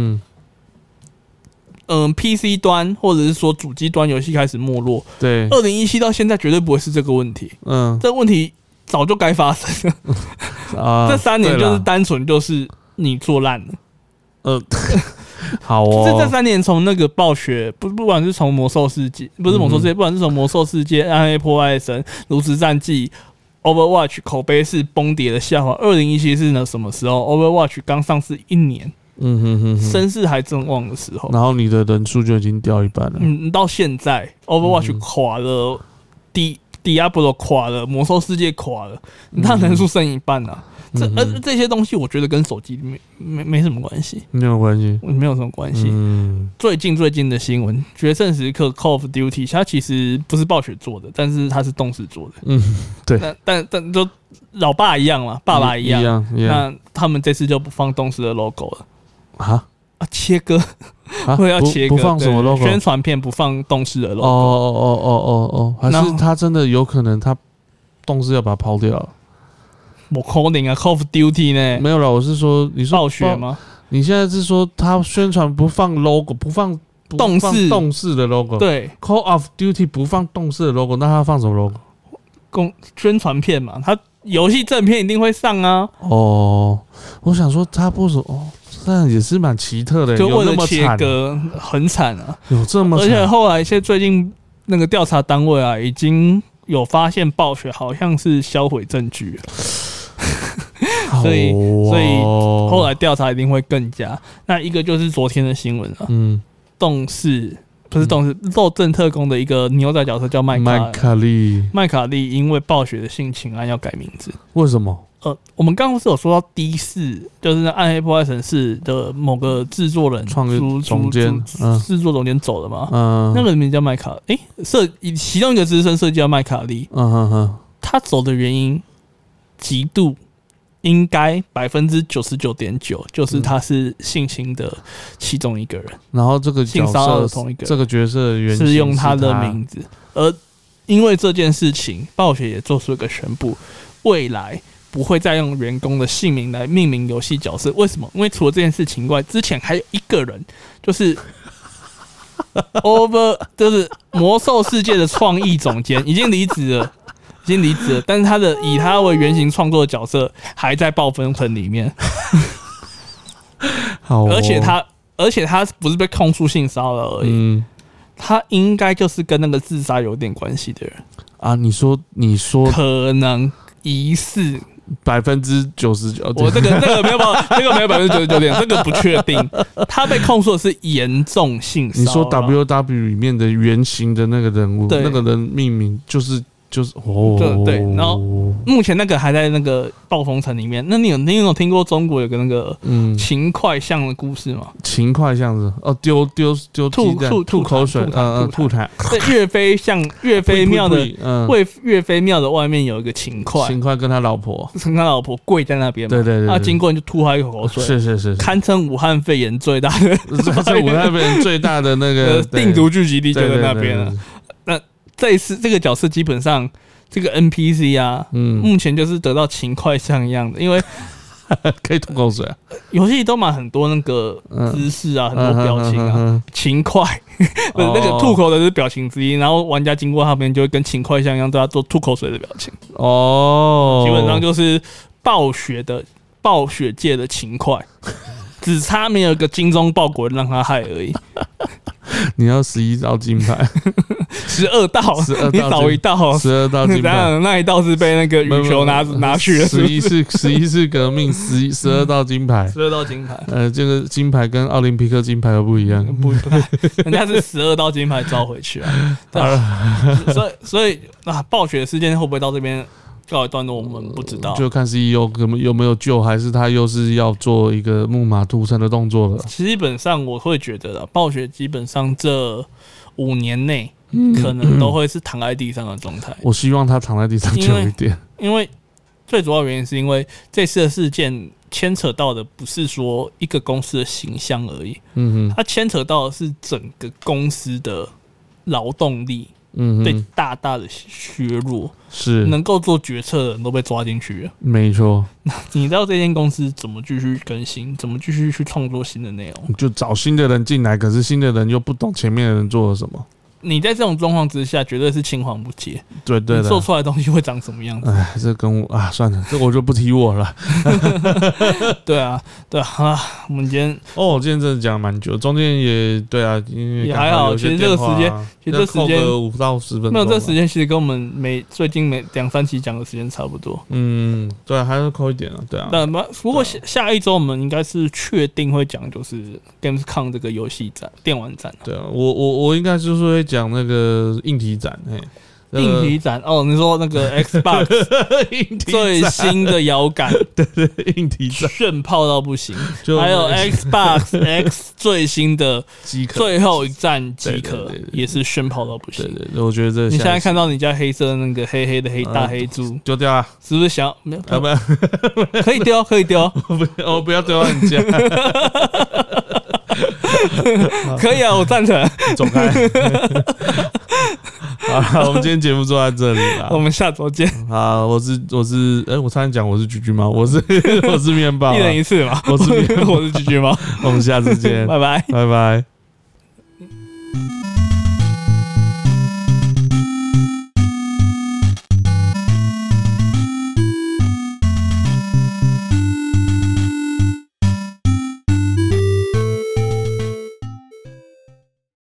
PC 端或者是说主机端游戏开始没落， 对 ，2017到现在绝对不会是这个问题。这个问题早就该发生了。这3年就是单纯就是你做烂了。 好哦。 这3年从那个暴雪，不管是从魔兽世界，不是魔兽世界，不管是从魔兽世界、暗黑破坏神、炉石战记、Overwatch 口碑是崩跌的下滑。2017是呢什么时候 ？Overwatch 刚上市1年。声势还正旺的时候， 然后你的人数就已经掉一半了。 到现在 Overwatch 垮了，Diablo 垮了，魔兽世界垮了，那人数剩一半啊。这些东西我觉得跟手机没什么关系， 没有关系， 没有什么关系。最近的新闻，《决胜时刻》Call of Duty， 它其实不是暴雪做的，但是它是动视做的。 对。 但就老爸一样嘛，爸爸一样。那他们这次就不放动视的 logo 了。切割，会要切割， 不放什么 logo？ 宣传片不放动视的 logo。 还是他真的有可能他动视要把它抛掉了？ 我 calling 啊 ，Call of Duty 呢？ 没有了，我是说，你说暴雪吗？ 你现在是说他宣传不放 logo， 不放动视的 logo？ 对 ，Call of Duty 不放动视的 logo， 那他放什么 logo？ 宣传片嘛，他游戏正片一定会上啊。 我想说他不说这样也是蛮奇特的， 就为了切割，很惨啊， 有这么惨？ 而且后来最近那个调查单位啊，已经有发现暴雪好像是销毁证据了。所以后来调查一定会更加。那一个就是昨天的新闻啊，动视不是动视，肉阵特工的一个牛仔角色叫麦卡利，因为暴雪的性侵案要改名字。 为什么？ 我们刚刚不是有说到D4，就是那暗黑破坏神4的某个制作人、 总监、 制作总监走了嘛？那个人名叫麦卡，其中一个资深设计叫麦卡利。他他走的原因极度应该99.9%就是他是性侵的其中一个人， 然后这个性骚扰的同一个人， 这个角色的原型是用他的名字，而因为这件事情，暴雪也做出一个宣布，未来不会再用员工的姓名来命名游戏角色。为什么？因为除了这件事情外，之前还有一个人，就是就是魔兽世界的创意总监，已经离职了，但是以他为原型创作的角色还在暴风城里面。 好、哦， 而且他不是被控诉性骚扰而已，他应该就是跟那个自杀有点关系的人啊。你说可能疑似 99%， 我这个没有99.9%，这个不确定。他被控诉的是严重性骚扰。 你说 WW 里面的原型的那个人物，那个人命名就是哦， 对，然后目前那个还在那个暴风城里面。那你有听过中国有个那个秦桧像的故事吗？ 秦桧像是丢吐口水，吐痰。 对，岳飞庙的岳飞庙的外面有一个秦桧， 跟他老婆跪在那边嘛， 对， 他经过人就吐他一口口水， 是， 堪称武汉肺炎最大的， 武汉肺炎最大的那个病毒聚集地就在那边了。这一次这个角色基本上这个 NPC 啊，目前就是得到秦桧像一样的，因为可以吐口水啊。 游戏都蛮很多那个姿势啊，很多表情啊，秦桧那个吐口的是表情之一，然后玩家经过他边就会跟秦桧像一样，对他做吐口水的表情。基本上就是暴雪界的秦桧，只差没有一个精忠报国让他害而已。 你要11道金牌 ，12道，你少一道 ，12道金牌， 那一道是被那个羽球拿去了。 11次革命，12道金牌 ，12道金牌。 这个金牌跟奥林匹克金牌又不一样， 不太，人家是12道金牌招回去啊。所以暴雪的事件会不会到这边告一段落，我们不知道， 就看 CEO 有没有救，还是他又是要做一个木马屠城的动作了。 基本上我会觉得啦，暴雪基本上这5年内可能都会是躺在地上的状态。 我希望他躺在地上久一点， 因为最主要原因是因为这次的事件牵扯到的不是说一个公司的形象而已，它牵扯到的是整个公司的劳动力。被大大的削弱， 是能够做决策的人都被抓进去了。 没错， 你知道这间公司怎么继续更新，怎么继续去创作新的内容？ 就找新的人进来，可是新的人又不懂前面的人做了什么。 你在这种状况之下，绝对是青黄不接。 对的， 做出来的东西会长什么样子？ 哎，这跟我算了，这我就不提我了。 对啊，我们今天真的讲蛮久，中间也对啊，因为也还好。其实这个时间 5到10分钟， 没有这时间，其实跟我们最近每2-3期讲的时间差不多。 对啊，还是扣一点啊，对啊。 不过下一周我们应该是确定会讲，就是 Gamescom 这个游戏展、电玩展。 对啊，我应该就是会讲那个硬体展， 硬体展你说那个 Xbox 最新的摇杆， 对，硬体展炫炮到不行，还有 Xbox X 最新的最后一战机壳也是炫炮到不行。 对，我觉得你现在看到你家黑色那个黑黑的大黑猪丢掉啊， 是不是想没有？可以丢， 我不要丢到你家。 可以啊，我赞成。 走开。好，我们今天节目就到这里了， 我们下周见。 好，我差点讲我是居居猫，我是面包， 一人一次嘛。 我是居居猫， 我们下次见， 拜拜。